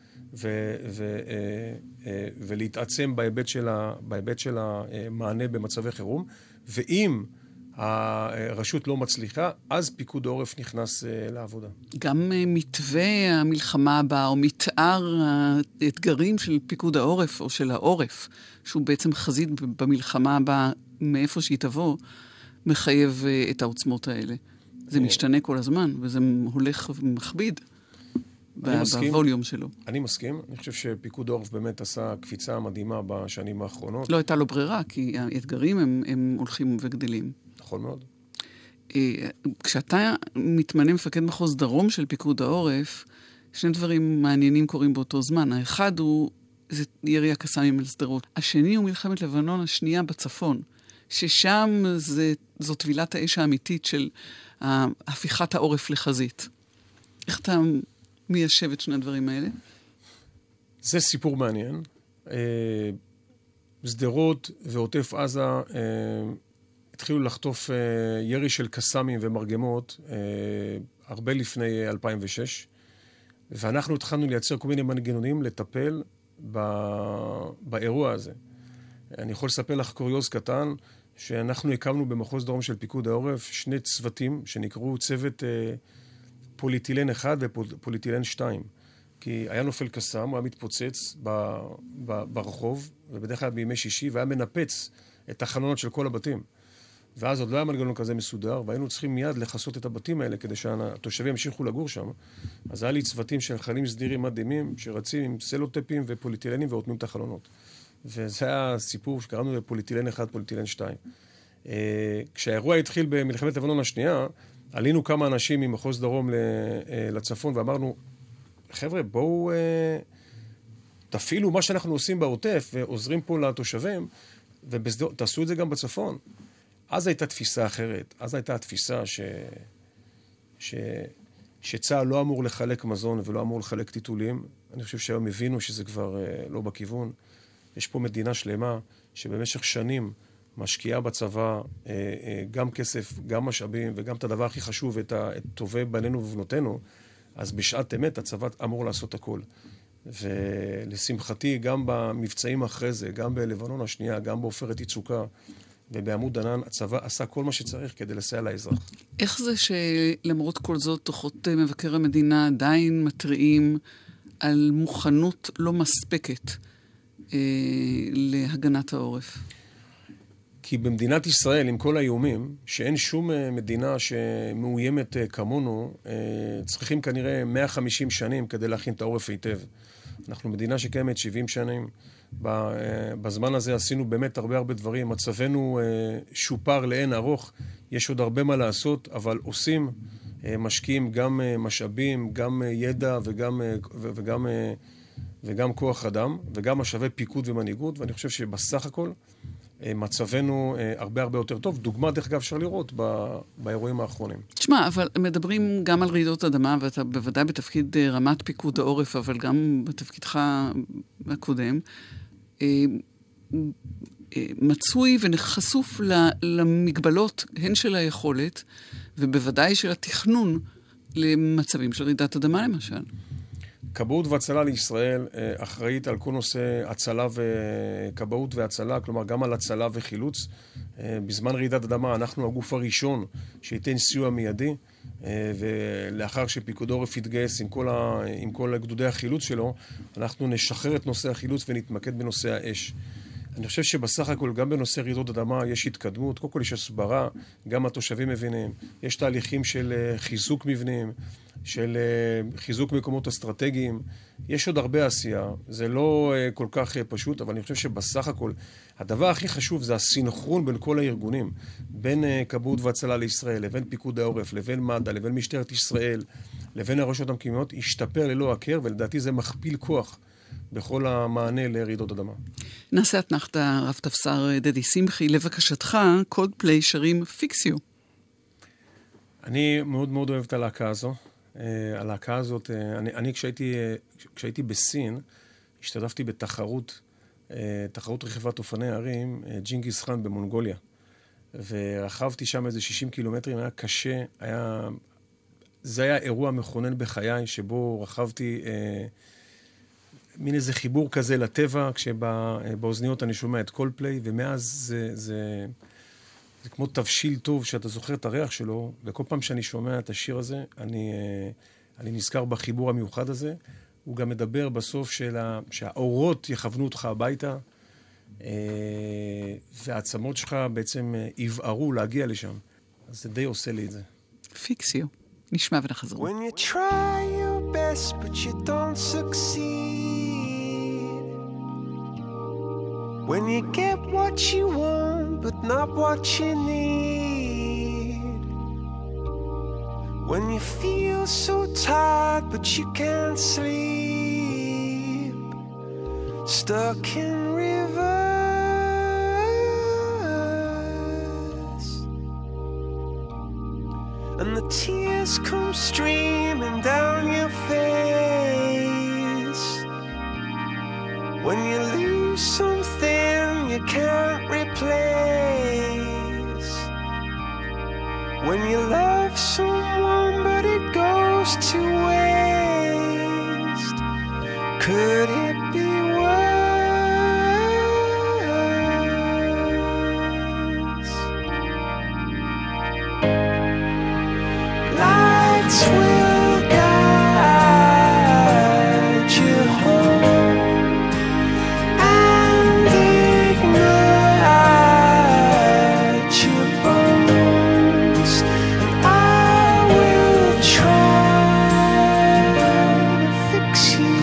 E: ולהתעצם בהיבט של המענה במצבי חירום. ואם הרשות לא מצליחה, אז פיקוד העורף נכנס לעבודה. גם
D: מתווה המלחמה הבאה, או מתאר האתגרים של פיקוד העורף, או של העורף, שהוא בעצם חזית במלחמה הבאה מאיפה שהיא תבוא, מחייב את העוצמות האלה. זה משתנה כל הזמן, וזה הולך ומכביד בווליום שלו.
E: אני מסכים. אני חושב שפיקוד העורף באמת עשה קפיצה מדהימה בשנים האחרונות.
D: לא הייתה לו ברירה, כי האתגרים הם הולכים וגדלים.
E: נכון מאוד.
D: כשאתה מתמנה מפקד מחוז דרום של פיקוד העורף, שני דברים מעניינים קורים באותו זמן. האחד הוא ירי הקסאמים על שדרות. השני הוא מלחמת לבנון השנייה בצפון, ששם זו טבילת האש האמיתית של הפיכת העורף לחזית. איך אתה מיישב את שני הדברים האלה?
E: זה סיפור מעניין. שדרות ועוטף עזה התחילו לחטוף ירי של קסאמים ומרגמות הרבה לפני 2006, ואנחנו התחלנו לייצר כל מיני מנגנונים לטפל באירוע הזה. אני יכול לספר לך קוריוז קטן, שאנחנו הקמנו במחוז דרום של פיקוד העורף שני צוותים שנקראו צוות פוליטילן 1 ופוליטילן 2. כי היה נופל קסאם, הוא היה מתפוצץ ברחוב, ובדרך כלל בימי שישי, והיה מנפץ את החלונות של כל הבתים. ואז עוד לא היה מנגנון כזה מסודר, והיינו צריכים מיד לחסות את הבתים האלה, כדי שהתושבים ימשיכו לגור שם. אז היה לי צוותים של חיילים סדירים מדהימים, שרצים עם סלוטפים ופוליטילנים ואוטמים את החלונות. וזה היה סיפור שקראנו לפוליטילן 1, פוליטילן 2. כשהאירוע התחיל במלחמת לבנון השנייה, עלינו כמה אנשים ממחוז דרום לצפון, ואמרנו, חבר'ה, בואו תפעילו מה שאנחנו עושים בעוטף, ועוזרים פה לתושבים, ותעשו את זה גם בצפון. אז הייתה תפיסה אחרת. אז הייתה התפיסה שצה"ל לא אמור לחלק מזון ולא אמור לחלק טיטולים. אני חושב שהיום הבינו שזה כבר לא בכיוון. יש פה מדינה שלמה שבמשך שנים משקיעה בצבא גם כסף, גם משאבים, וגם את הדבר הכי חשוב, את טובי בנינו ובנותינו. אז בשעת אמת הצבא אמור לעשות הכל. ולשמחתי, גם במבצעים אחרי זה, גם בלבנון השנייה, גם בעופרת יצוקה, ובעמוד ענן, הצבא עשה כל מה שצריך כדי לסייע לאזרח.
D: איך זה שלמרות כל זאת, דוחות מבקר המדינה עדיין מטריעים על מוכנות לא מספקת להגנת העורף?
E: כי במדינת ישראל, עם כל האיומים, שאין שום מדינה שמאוימת כמונו, צריכים כנראה 150 שנים כדי להכין את העורף היטב. אנחנו מדינה שקיימת 70 שנים. בזמן הזה עשינו באמת הרבה דברים. מצבנו שופר לאין ארוך. יש עוד הרבה מה לעשות, אבל עושים, משקיעים גם משאבים, גם ידע וגם כוח אדם, וגם משאבי פיקוד ומנהיגות, ואני חושב שבסך הכל מצבנו הרבה יותר טוב. דוגמה, דרך אגב, אפשר לראות באירועים האחרונים.
D: תשמע, אבל מדברים גם על רעידות אדמה, ואתה בוודאי בתפקיד רמת פיקוד העורף, אבל גם בתפקידך הקודם, מצוי ונחשוף למגבלות, הן של היכולת, ובוודאי של התכנון למצבים של רעידת אדמה, למשל.
E: כבאות והצלה לישראל אחראית על כל נושא הצלה וכבאות והצלה, כלומר גם על הצלה וחילוץ. בזמן רעידת אדמה אנחנו הגוף הראשון שייתן סיוע מיידי, ולאחר שפיקוד העורף יתגייס עם כל גדודי החילוץ שלו, אנחנו נשחרר את נושא החילוץ ונתמקד בנושא האש. אני חושב שבסך הכל גם בנושא רעידות אדמה יש התקדמות, קודם כל יש הסברה, גם התושבים מבינים, יש תהליכים של חיזוק מבנים, של חיזוק מקומות אסטרטגיים, יש עוד הרבה עשייה, זה לא כל כך פשוט, אבל אני חושב שבסך הכל הדבר הכי חשוב זה הסינכרון בין כל הארגונים, בין כבאות והצלה לישראל, לבין פיקוד העורף, לבין מד"א, לבין משטרת ישראל, לבין הרשויות המקומיות, ישתפר ללא הכר, ולדעתי זה מכפיל כוח בכל המענה לרעידות אדמה.
D: נעשה אתנחתא, רב תפסר דדי שמחי, לבקשתך, קולדפליי שרים פיקסיו. אני
E: מאוד אוהב את הלהקה הזו. הלהקה הזאת, אני כשהייתי בסין, השתתפתי בתחרות רכיבת אופני הרים, ג'ינגיס חאן במונגוליה. ורכבתי שם איזה 60 קילומטרים, היה קשה, זה היה אירוע מכונן בחיי, שבו רכבתי מין איזה חיבור כזה לטבע, כשבאוזניות אני שומע את קולדפליי, ומאז זה כמו תבשיל טוב שאתה זוכר את הריח שלו, וכל פעם שאני שומע את השיר הזה, אני נזכר בחיבור המיוחד הזה. הוא גם מדבר בסוף שהאורות יכוונו אותך הביתה, והעצמות שלך בעצם יבערו להגיע לשם. אז זה די עושה לי את זה.
D: פיקסיו. נשמע ונחזור.
B: When you try your best but you don't succeed, when you get what you want but not what you need, when you feel so tired but you can't sleep, stuck in rivers, and the tears come streaming down your face, when you lose something you can't replace, when you love someone but it goes to waste, could it be worse? Lights will guide you home and ignite your bones, and I will try to fix you.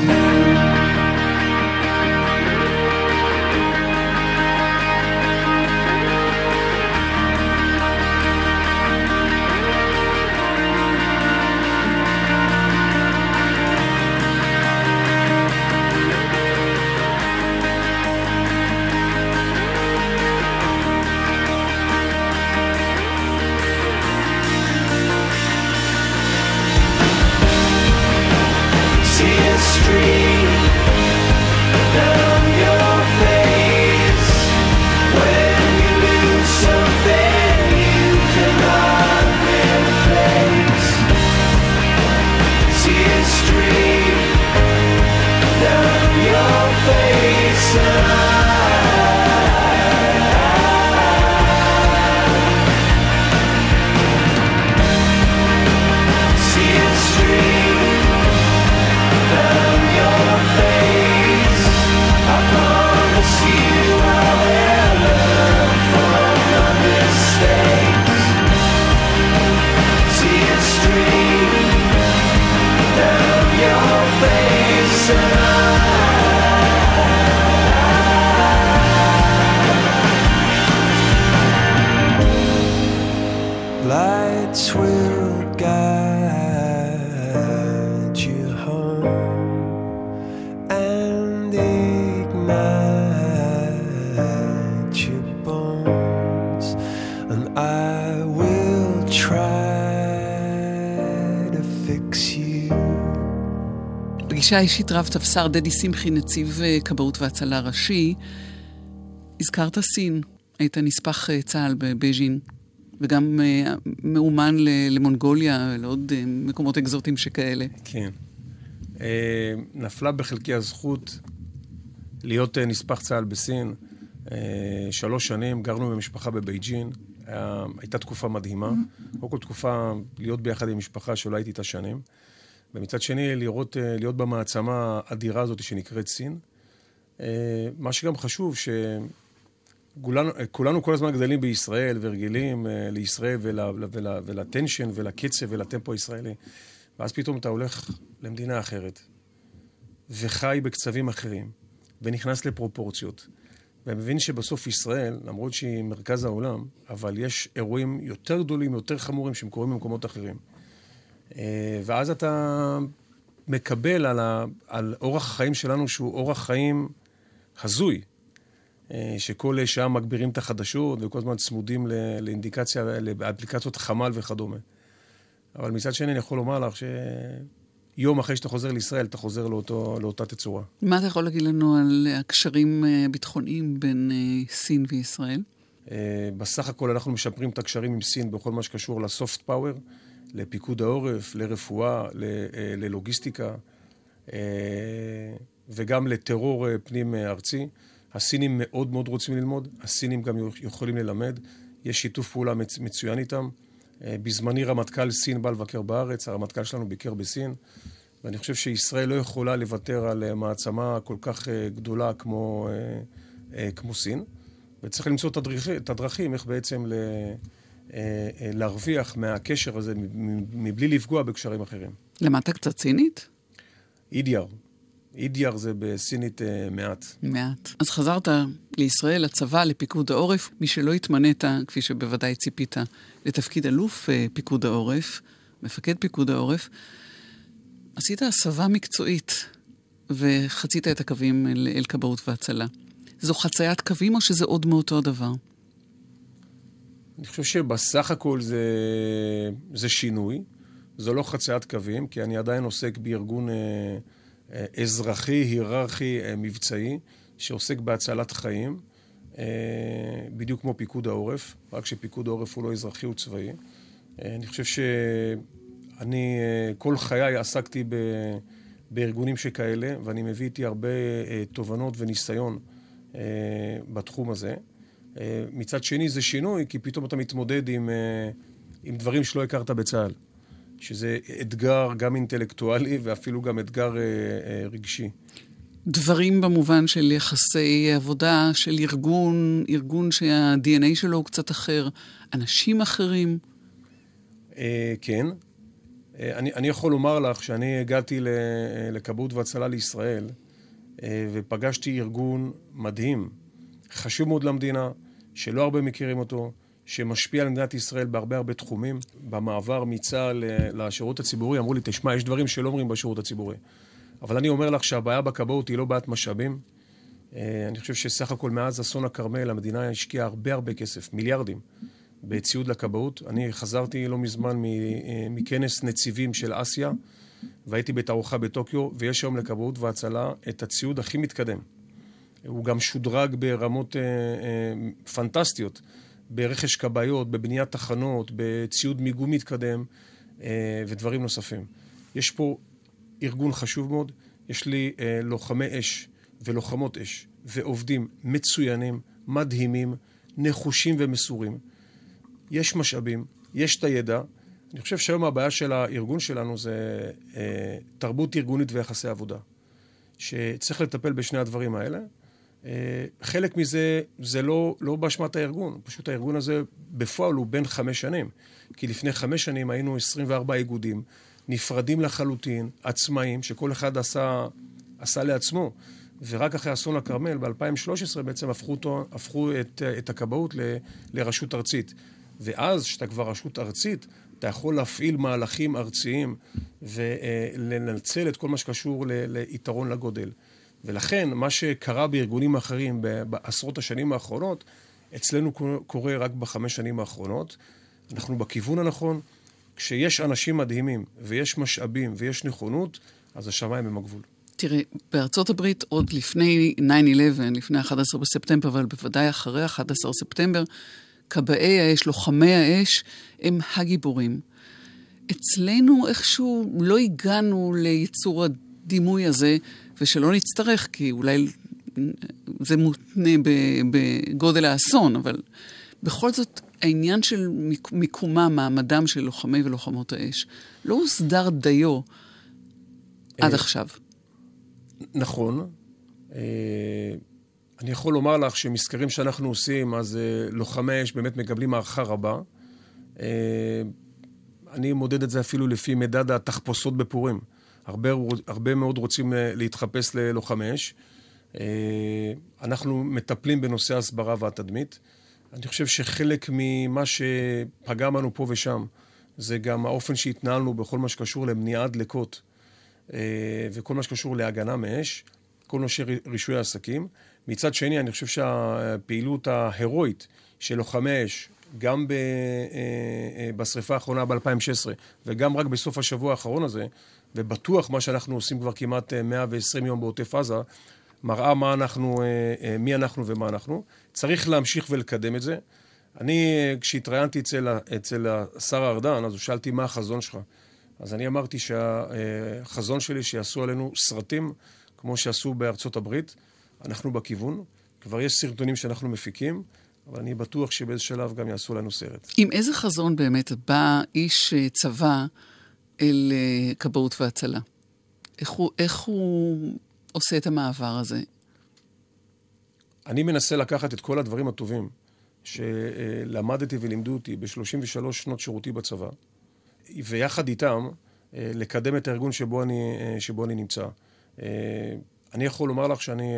B: Tears stream down your face when you lose something you cannot replace. Tears stream down your face, tears stream down your face. I promise you I will learn from my mistakes. Tears stream down your face, lights will guide you home and ignite your bones, and I will try to fix you.
D: פגישה אישית רב תפסר דדי שמחי, נציב כבאות והצלה ראשי. הזכרת סין, היית נספח צה"ל בבייג'ין, וגם מאומן למונגוליה ולעוד מקומות אקזוטיים שכאלה.
E: כן. נפלה בחלקי הזכות להיות נספח צה"ל בסין. 3 שנים גרנו במשפחה בבייג'ין. הייתה תקופה מדהימה. קודם כל תקופה להיות ביחד עם משפחה שלא הייתי איתה שנים. ומצד שני להיות במעצמה האדירה הזאת שנקראת סין. מה שגם חשוב כולנו כל הזמן גדלים בישראל ורגילים לישראל ולטנשן ולקצב ולטמפו הישראלי. ואז פתאום אתה הולך למדינה אחרת וחי בקצבים אחרים ונכנס לפרופורציות. ומבין שבסוף ישראל, למרות שהיא מרכז העולם, אבל יש אירועים יותר גדולים, יותר חמורים שהם קורים במקומות אחרים. ואז אתה מקבל על אורח החיים שלנו שהוא אורח חיים הזוי. שכל שעה מגבירים את החדשות וכל הזמן צמודים לאינדיקציה, לאפליקציות חמל וכדומה. אבל מצד שני אני יכול לומר לך שיום אחרי שאתה חוזר לישראל, אתה חוזר לאותה תצורה. מה
D: אתה יכול להגיד לנו על הקשרים ביטחוניים בין סין וישראל?
E: בסך הכל אנחנו משפרים את הקשרים עם סין בכל מה שקשור לסופט פאוור, לפיקוד העורף, לרפואה, ללוגיסטיקה, וגם לטרור פנים ארצי. הסינים מאוד מאוד רוצים ללמוד, הסינים גם יכולים ללמד, יש שיתוף פעולה מצוין איתם. בזמני רמטכ"ל סין בא לבקר בארץ, הרמטכ"ל שלנו ביקר בסין, ואני חושב שישראל לא יכולה לוותר על מעצמה כל כך גדולה כמו סין, וצריך למצוא את הדרכים איך בעצם להרוויח מהקשר הזה מבלי לפגוע בקשרים אחרים.
D: למדת קצת סינית?
E: אידיאר. אידיאר זה בסינית מעט.
D: מעט. אז חזרת לישראל, לצבא, לפיקוד העורף. מי שלא התמנית, כפי שבוודאי ציפית, לתפקיד אלוף פיקוד העורף, מפקד פיקוד העורף, עשית הסבה מקצועית וחצית את הקווים אל כבאות והצלה. זו חציית קווים או שזה עוד מאותו הדבר?
E: אני חושב שבסך הכל זה שינוי. זו לא חציית קווים, כי אני עדיין עוסק בארגון אזרחי, היררכי, מבצעי, שעוסק בהצלת חיים, בדיוק כמו פיקוד העורף, רק שפיקוד העורף הוא לא אזרחי, הוא צבאי. אני חושב שאני כל חיי עסקתי בארגונים שכאלה, ואני מביא איתי הרבה תובנות וניסיון בתחום הזה. מצד שני זה שינוי, כי פתאום אתה מתמודד עם דברים שלא הכרת בצה"ל. שזה אתגר גם אינטלקטואלי ואפילו גם אתגר רגשי.
D: דברים במובן של יחסי עבודה, של ארגון שה-DNA שלו הוא קצת אחר, אנשים אחרים?
E: כן. אני יכול לומר לך שאני הגעתי לכבאות והצלה לישראל, ופגשתי ארגון מדהים, חשוב מאוד למדינה, שלא הרבה מכירים אותו, שמשפיע על מדינת ישראל בהרבה תחומים. במעבר מצה"ל לשירות הציבורי, אמרו לי, תשמע, יש דברים שלא אומרים בשירות הציבורי. אבל אני אומר לך שהבעיה בכבאות היא לא בעיית משאבים. אני חושב שסך הכל מאז אסון הכרמל, המדינה השקיעה הרבה כסף, מיליארדים, בציוד לכבאות. אני חזרתי לא מזמן מכנס נציבים של אסיה, והייתי בתערוכה בטוקיו, ויש היום לכבאות והצלה את הציוד הכי מתקדם. הוא גם שודרג ברמות פנטסטיות, ברכש כבאיות, בבניית תחנות, בציוד מיגון מתקדם ודברים נוספים. יש פה ארגון חשוב מאוד, יש לי לוחמי אש ולוחמות אש ועובדים מצוינים, מדהימים, נחושים ומסורים. יש משאבים, יש את הידע. אני חושב שהיום הבעיה של הארגון שלנו זה תרבות ארגונית ויחסי עבודה, שצריך לטפל בשני הדברים האלה. חלק מזה זה לא באשמת הארגון, פשוט הארגון הזה בפועל הוא בין 5 שנים, כי לפני 5 שנים היינו 24 איגודים, נפרדים לחלוטין, עצמאים, שכל אחד עשה לעצמו, ורק אחרי אסון הכרמל ב-2013 בעצם הפכו את הכבאות לרשות ארצית. ואז, שאתה כבר רשות ארצית, אתה יכול להפעיל מהלכים ארציים ולנצל את כל מה שקשור ליתרון לגודל. ולכן, מה שקרה בארגונים אחרים בעשרות השנים האחרונות, אצלנו קורה רק ב5 שנים האחרונות. אנחנו בכיוון הנכון. כשיש אנשים מדהימים, ויש משאבים, ויש נכונות, אז השמיים הם הגבול.
D: תראה, בארצות הברית, עוד לפני 9/11, לפני 11 בספטמבר, אבל בוודאי אחרי 11 ספטמבר, כבאי האש, לוחמי האש, הם הגיבורים. אצלנו איכשהו לא הגענו ליצור הדימוי הזה, ושלא נצטרך, כי אולי זה מותנה בגודל האסון, אבל בכל זאת, העניין של מיקומם, מעמדם של לוחמי ולוחמות האש, לא הוסדר דיו עד עכשיו.
E: נכון. אני יכול לומר לך שמזכרים שאנחנו עושים, אז לוחמי אש באמת מקבלים הערכה רבה. אני מודד את זה אפילו לפי מדד התחפושות בפורים. הרבה מאוד רוצים להתחפש ללוחמי אש. אנחנו מטפלים בנושא הסברה והתדמית. אני חושב שחלק ממה שפגע לנו פה ושם, זה גם האופן שהתנהלנו בכל מה שקשור למניעת דלקות, וכל מה שקשור להגנה מאש, כל נושא רישוי העסקים. מצד שני, אני חושב שהפעילות ההירואית של לוחמי אש, גם בשריפה האחרונה ב-2016, וגם רק בסוף השבוע האחרון הזה, ובטוח מה שאנחנו עושים כבר כמעט 120 יום בעוטף עזה, מראה מי אנחנו ומה אנחנו. צריך להמשיך ולקדם את זה. אני, כשהתראיינתי אצל השר ארדן, אז הוא שאלתי מה החזון שלך. אז אני אמרתי שהחזון שלי שיעשו עלינו סרטים, כמו שעשו בארצות הברית. אנחנו בכיוון. כבר יש סרטונים שאנחנו מפיקים, אבל אני בטוח שבאיזה שלב גם יעשו לנו סרט.
D: עם איזה חזון באמת בא איש צבא אל כבאות והצלה? איך הוא עושה את המעבר הזה?
E: אני מנסה לקחת את כל הדברים הטובים שלמדתי ולימדו אותי ב-33 שנות שירותי בצבא, ויחד איתם לקדם את הארגון שבו אני נמצא. אני יכול לומר לך שאני,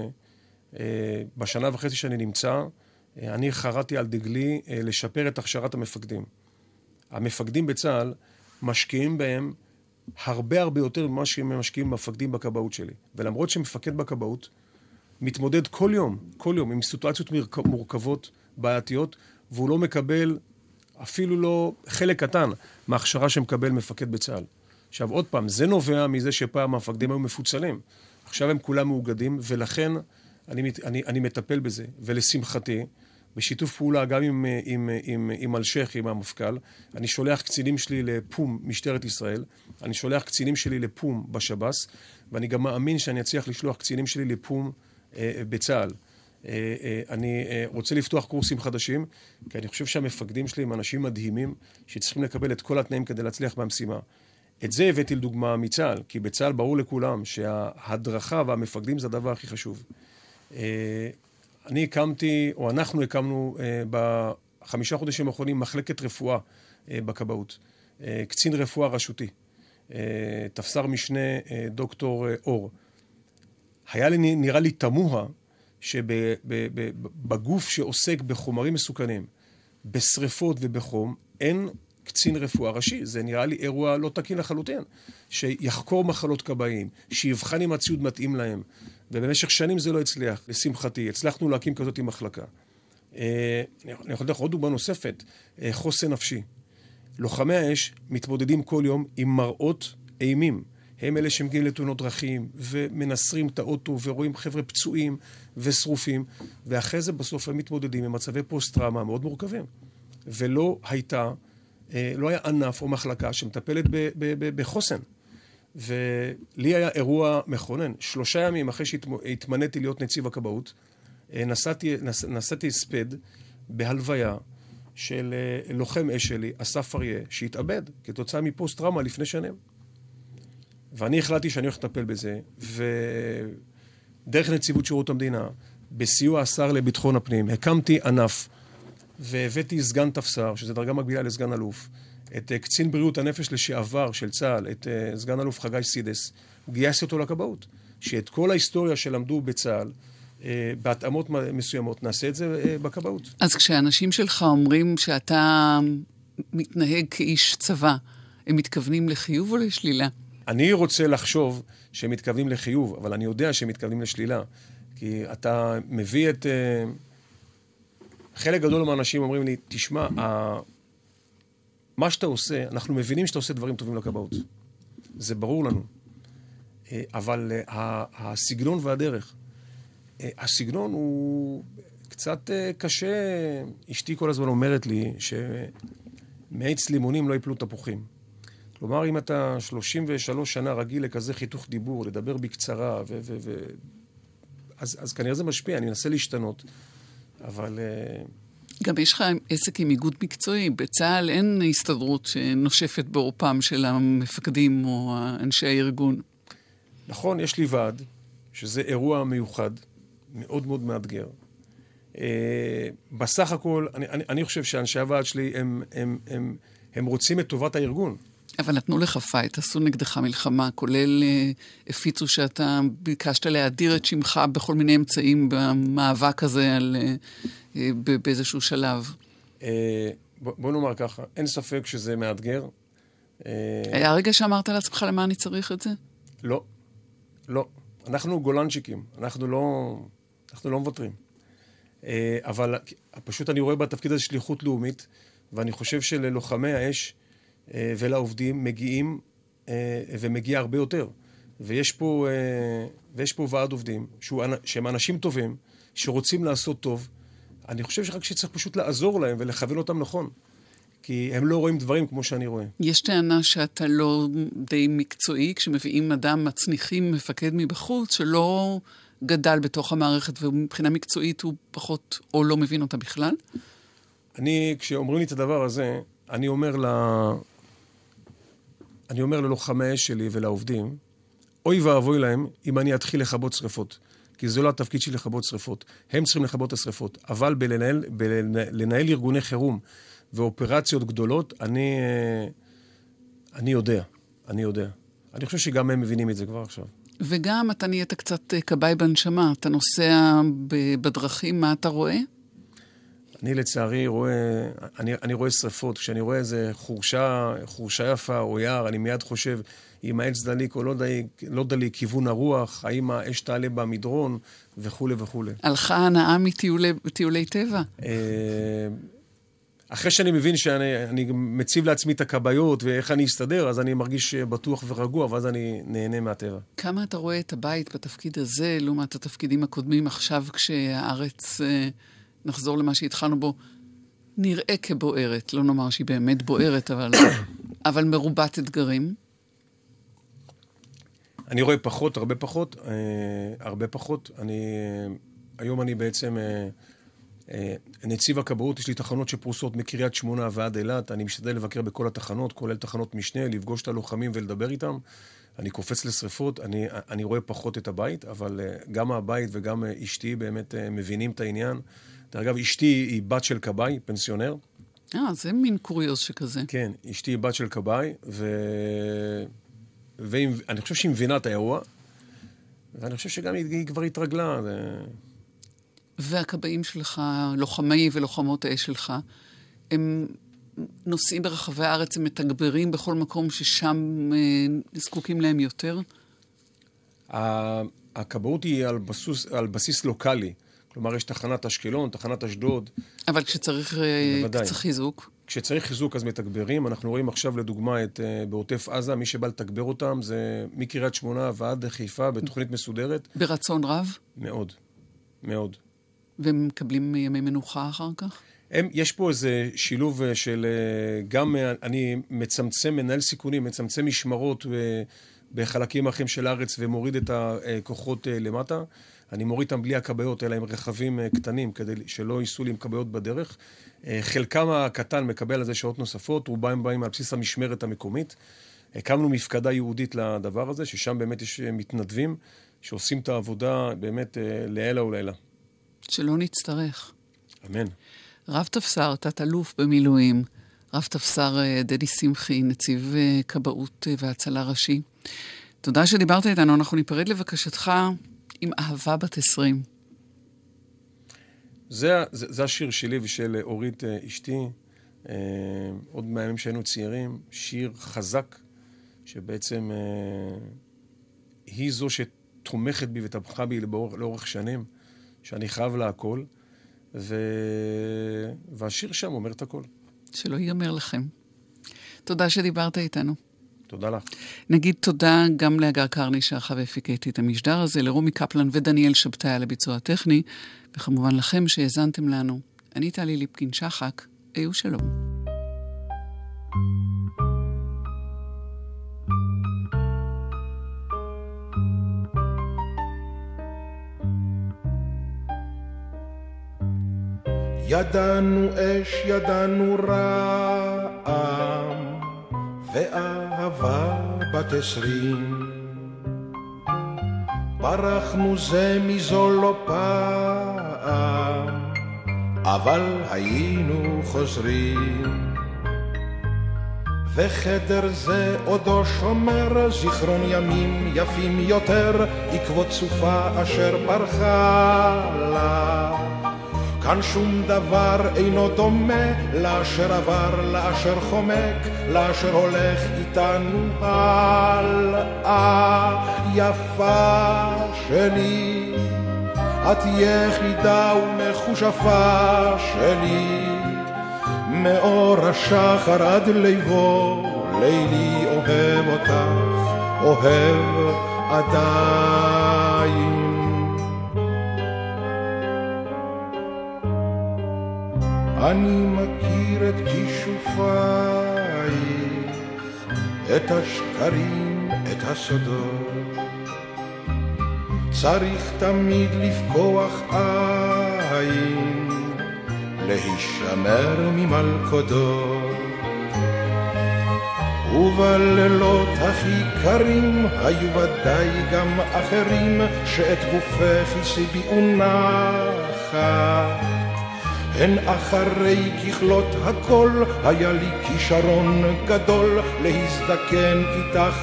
E: בשנה וחצי שאני נמצא, אני חרתי על דגלי לשפר את הכשרת המפקדים. המפקדים בצה"ל משקיעים בהם הרבה יותר ממה שהם משקיעים במפקדים בכבאות שלי. ולמרות שמפקד בכבאות מתמודד כל יום עם סיטואציות מורכבות, בעייתיות, והוא לא מקבל אפילו לא חלק קטן מההכשרה שמקבל מפקד בצה"ל. עכשיו עוד פעם, זה נובע מזה שפעם המפקדים היו מפוצלים. עכשיו הם כולם מאוגדים, ולכן אני מטפל בזה. ולשמחתי, בשיתוף פעולה גם עם אלשייך, עם המפכ"ל, אני שולח קצינים שלי לפום משטרת ישראל, אני שולח קצינים שלי לפום בשב"ס, ואני גם מאמין שאני אצליח לשלוח קצינים שלי לפום בצה"ל. אני רוצה לפתוח קורסים חדשים, כי אני חושב שהמפקדים שלי הם אנשים מדהימים, שצריכים לקבל את כל התנאים כדי להצליח במשימה. את זה הבאתי לדוגמה מצה"ל, כי בצה"ל ברור לכולם שההדרכה והמפקדים זה הדבר הכי חשוב. אנחנו הקמנו ב5 חודשים האחרונים מחלקת רפואה בכבאות. קצין רפואה רשותי, תפסר משנה דוקטור אור. נראה לי תמוה שבגוף שעוסק בחומרים מסוכנים, בשריפות ובחום, אין קצין רפואה ראשי. זה נראה לי אירוע לא תקין לחלוטין. שיחקור מחלות כבאים, שיבחן אם הציוד מתאים להם. ובמשך שנים זה לא הצליח. לשמחתי, הצלחנו להקים כזאת עם מחלקה. אני יכול לדעת עוד דוגמה נוספת, חוסן נפשי. לוחמי האש מתמודדים כל יום עם מראות אימים. הם אלה שמגיעים לתאונות דרכים ומנסרים את האוטו ורואים חבר'ה פצועים ושרופים, ואחרי זה בסוף הם מתמודדים עם מצבי פוסט-טראומה מאוד מורכבים. ולא היה ענף או מחלקה שמטפלת בחוסן. ולי היה אירוע מכונן. 3 ימים אחרי שהתמניתי להיות נציב הכבאות, נסעתי הספד בהלוויה של לוחם אש שלי, אסף אריה, שהתאבד כתוצאה מפוסט-טראומה לפני שנים. ואני החלטתי שאני הולך לטפל בזה, ודרך נציבות שירות המדינה, בסיוע השר לביטחון הפנים, הקמתי ענף, והבאתי סגן תפסר, שזה דרגה מקבילה לסגן אלוף, את קצין בריאות הנפש לשעבר של צה"ל, את סגן אלוף חגי סידס, גייסתי אותו לכבאות, שאת כל ההיסטוריה שלמדו בצה"ל, בהתאמות מסוימות, נעשה את זה בכבאות.
D: אז כשאנשים שלך אומרים שאתה מתנהג כאיש צבא, הם מתכוונים לחיוב או לשלילה?
E: אני רוצה לחשוב שהם מתכוונים לחיוב, אבל אני יודע שהם מתכוונים לשלילה. כי אתה מביא את... חלק גדול מהאנשים אומרים לי, תשמע, מה שאתה עושה, אנחנו מבינים שאתה עושה דברים טובים לכבאות. זה ברור לנו. אבל הסגנון והדרך, הסגנון הוא קצת קשה. אשתי כל הזמן אומרת לי שמעץ לימונים לא יפלו תפוחים. כלומר, אם אתה 33 שנה רגיל לכזה חיתוך דיבור, לדבר בקצרה, אז כנראה זה משפיע, אני מנסה להשתנות, אבל...
D: גם יש לך עסק עם איגוד מקצועי. בצה"ל אין הסתדרות שנושפת בעורפם של המפקדים או אנשי הארגון.
E: נכון, יש לי ועד, שזה אירוע מיוחד, מאוד מאוד מאתגר. בסך הכל, אני חושב שאנשי הוועד שלי, הם רוצים את טובת הארגון.
D: אבל נתנו לך פייט, עשו נגדך מלחמה, כולל הפיצו שאתה ביקשת להאדיר את שמך בכל מיני אמצעים במאבק הזה באיזשהו שלב.
E: בוא נאמר ככה, אין ספק שזה מאתגר.
D: היה רגע שאמרת לעצמך למה אני צריך את זה?
E: לא, לא. אנחנו גולנצ'יקים, אנחנו לא מוותרים. אבל פשוט אני רואה בתפקיד הזה שליחות לאומית, ואני חושב שללוחמי האש ולעובדים מגיעים ומגיע הרבה יותר. ויש פה ועד עובדים שהם אנשים טובים, שרוצים לעשות טוב. אני חושב שרק שצריך פשוט לעזור להם ולכוון אותם נכון. כי הם לא רואים דברים כמו שאני רואה.
D: יש טענה שאתה לא די מקצועי, כשמביאים אדם מצניחים מפקד מבחוץ, שלא גדל בתוך המערכת, ומבחינה מקצועית הוא פחות או לא מבין אותה בכלל?
E: כשאומרים לי את הדבר הזה, אני אומר ללוחמי האש שלי ולעובדים, אוי ואבוי להם אם אני אתחיל לכבות שריפות. כי זה לא התפקיד שלי לכבות שריפות. הם צריכים לכבות את השריפות. אבל בלנהל ארגוני חירום ואופרציות גדולות, אני יודע. אני חושב שגם הם מבינים את זה כבר עכשיו.
D: וגם אתה נהיית קצת קבעי בנשמה. אתה נוסע בדרכים, מה אתה רואה?
E: אני לצערי אני רואה שריפות. כשאני רואה איזה חורשה יפה או יער, אני מיד חושב, אם העץ דליק או לא דליק, כיוון הרוח, האם האש תעלה במדרון, וכו' וכו'.
D: הלכה הנאה מטיולי טבע?
E: אחרי שאני מבין שאני מציב לעצמי את הכבאיות ואיך אני אסתדר, אז אני מרגיש בטוח ורגוע, ואז אני נהנה מהטבע.
D: כמה אתה רואה את הבית בתפקיד הזה, לעומת התפקידים הקודמים עכשיו, כשהארץ, נחזור למה שהתחלנו בו, נראה כבוערת, לא נאמר שהיא באמת בוערת, אבל מרובת אתגרים?
E: אני רואה פחות, הרבה פחות. היום אני בעצם נציב הכבאות, יש לי תחנות שפרוסות מקריית שמונה ועד אילת, אני משתדל לבקר בכל התחנות, כולל תחנות משנה, לפגוש את הלוחמים ולדבר איתם. אני קופץ לשריפות, אני רואה פחות את הבית, אבל גם הבית וגם אשתי באמת מבינים את העניין. דרך אגב, אשתי היא בת של קבאי, פנסיונר.
D: זה מין קוריוז שכזה.
E: כן, אשתי היא בת של קבאי, ואני חושב שהיא מבינה את האירוע, ואני חושב שגם היא כבר התרגלה.
D: והקבאים שלך, לוחמי ולוחמות האש שלך, הם נוסעים ברחבי הארץ, הם מתגברים בכל מקום ששם זקוקים להם יותר?
E: הכבאות היא על בסיס לוקלי. כלומר, יש תחנת אשקלון, תחנת אשדוד.
D: אבל כשצריך חיזוק?
E: כשצריך חיזוק אז מתגברים. אנחנו רואים עכשיו לדוגמה בעוטף עזה, מי שבא לתגבר אותם זה מקריית שמונה ועד חיפה בתוכנית מסודרת.
D: ברצון רב?
E: מאוד, מאוד.
D: והם מקבלים ימי מנוחה אחר כך?
E: יש פה איזה שילוב של, גם אני מנהל סיכונים, מצמצם משמרות בחלקים אחרים של הארץ ומוריד את הכוחות למטה. אני מוריד אותם בלי הקביות, אלא עם רכבים קטנים, כדי שלא ייסעו לי עם קביות בדרך. חלקם הקטן מקבל על זה שעות נוספות, רובם באים על בסיס המשמרת המקומית. הקמנו מפקדה יהודית לדבר הזה, ששם באמת יש מתנדבים, שעושים את העבודה באמת לילה ולילה.
D: שלא נצטרך.
E: אמן.
D: רב תפסר, תת-אלוף במילואים, רב תפסר דדי שמחי, נציב כבאות והצלה ראשי. תודה שדיברת איתנו, אנחנו ניפרד לבקשתך עם אהבה בת 20.
E: זה השיר שלי ושל אורית אשתי, עוד מהימים שהיינו צעירים, שיר חזק, שבעצם היא זו שתומכת בי ותמכה בי לאורך שנים, שאני חייב לה הכל, והשיר שם אומר את הכל.
D: שלא ייגמר לכם. תודה שדיברת איתנו.
E: תודה לך.
D: נגיד תודה גם לאגר קרני שערכה והפיקה איתי את המשדר הזה, לרומי קפלן ודניאל שבתאי על הביצוע הטכני, וכמובן לכם שהאזנתם לנו. אני טלי ליפקין שחק, היו שלום.
G: ידענו אש, ידענו רעם, ואהבה בת 20. ברחנו זה מזו לא פעם, אבל היינו חוזרים. וחדר זה עודו שומר זיכרון ימים יפים יותר, עקבות סופה אשר ברחה לה. כאן שום דבר אינו דומה לאשר עבר, לאשר חומק, לאשר הולך איתנו הלאה. יפה שלי, את יחידה ומחושפה שלי, מאור השחר עד ליבו, לילי אוהב אותך, אוהב עדיין. אני מכיר את כישופייך, את השקרים, את הסודות. צריך תמיד לפקוח עין, להישמר ממלכודות. ובלילות הכי קרים היו ודאי גם אחרים שאת גופך הסיביעו נחת. הן אחרי ככלות הכל היה לי כישרון גדול להזדקן איתך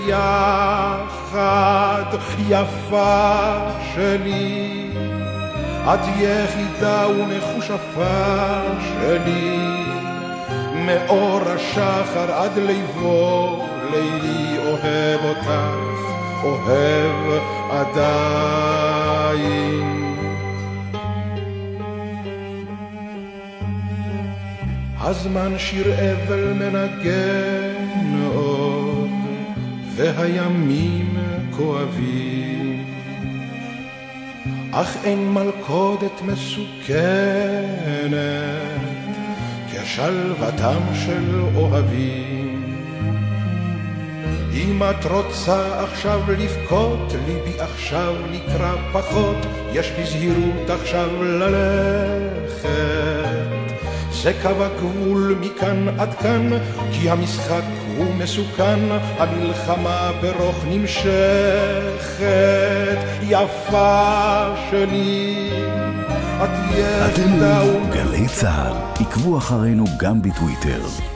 G: ביחד. יפה שלי, את יחידה ומחושפה שלי, מאור השחר עד ליבו לילי אוהב אותך, אוהב עדיין. הזמן שיר אבל מנגן עוד, והימים כואבים, אך אין מלכודת מסוכנת כשלוותם של אוהבים. אם את רוצה עכשיו לבכות, ליבי עכשיו נקרא פחות, יש בזהירות עכשיו ללכת. זה קו הגבול מכאן עד כאן, כי המשחק הוא מסוכן, המלחמה ברוך נמשכת. יפה שלי, את ידע
H: אתם גלי צהל, עקבו אחרינו גם בטוויטר.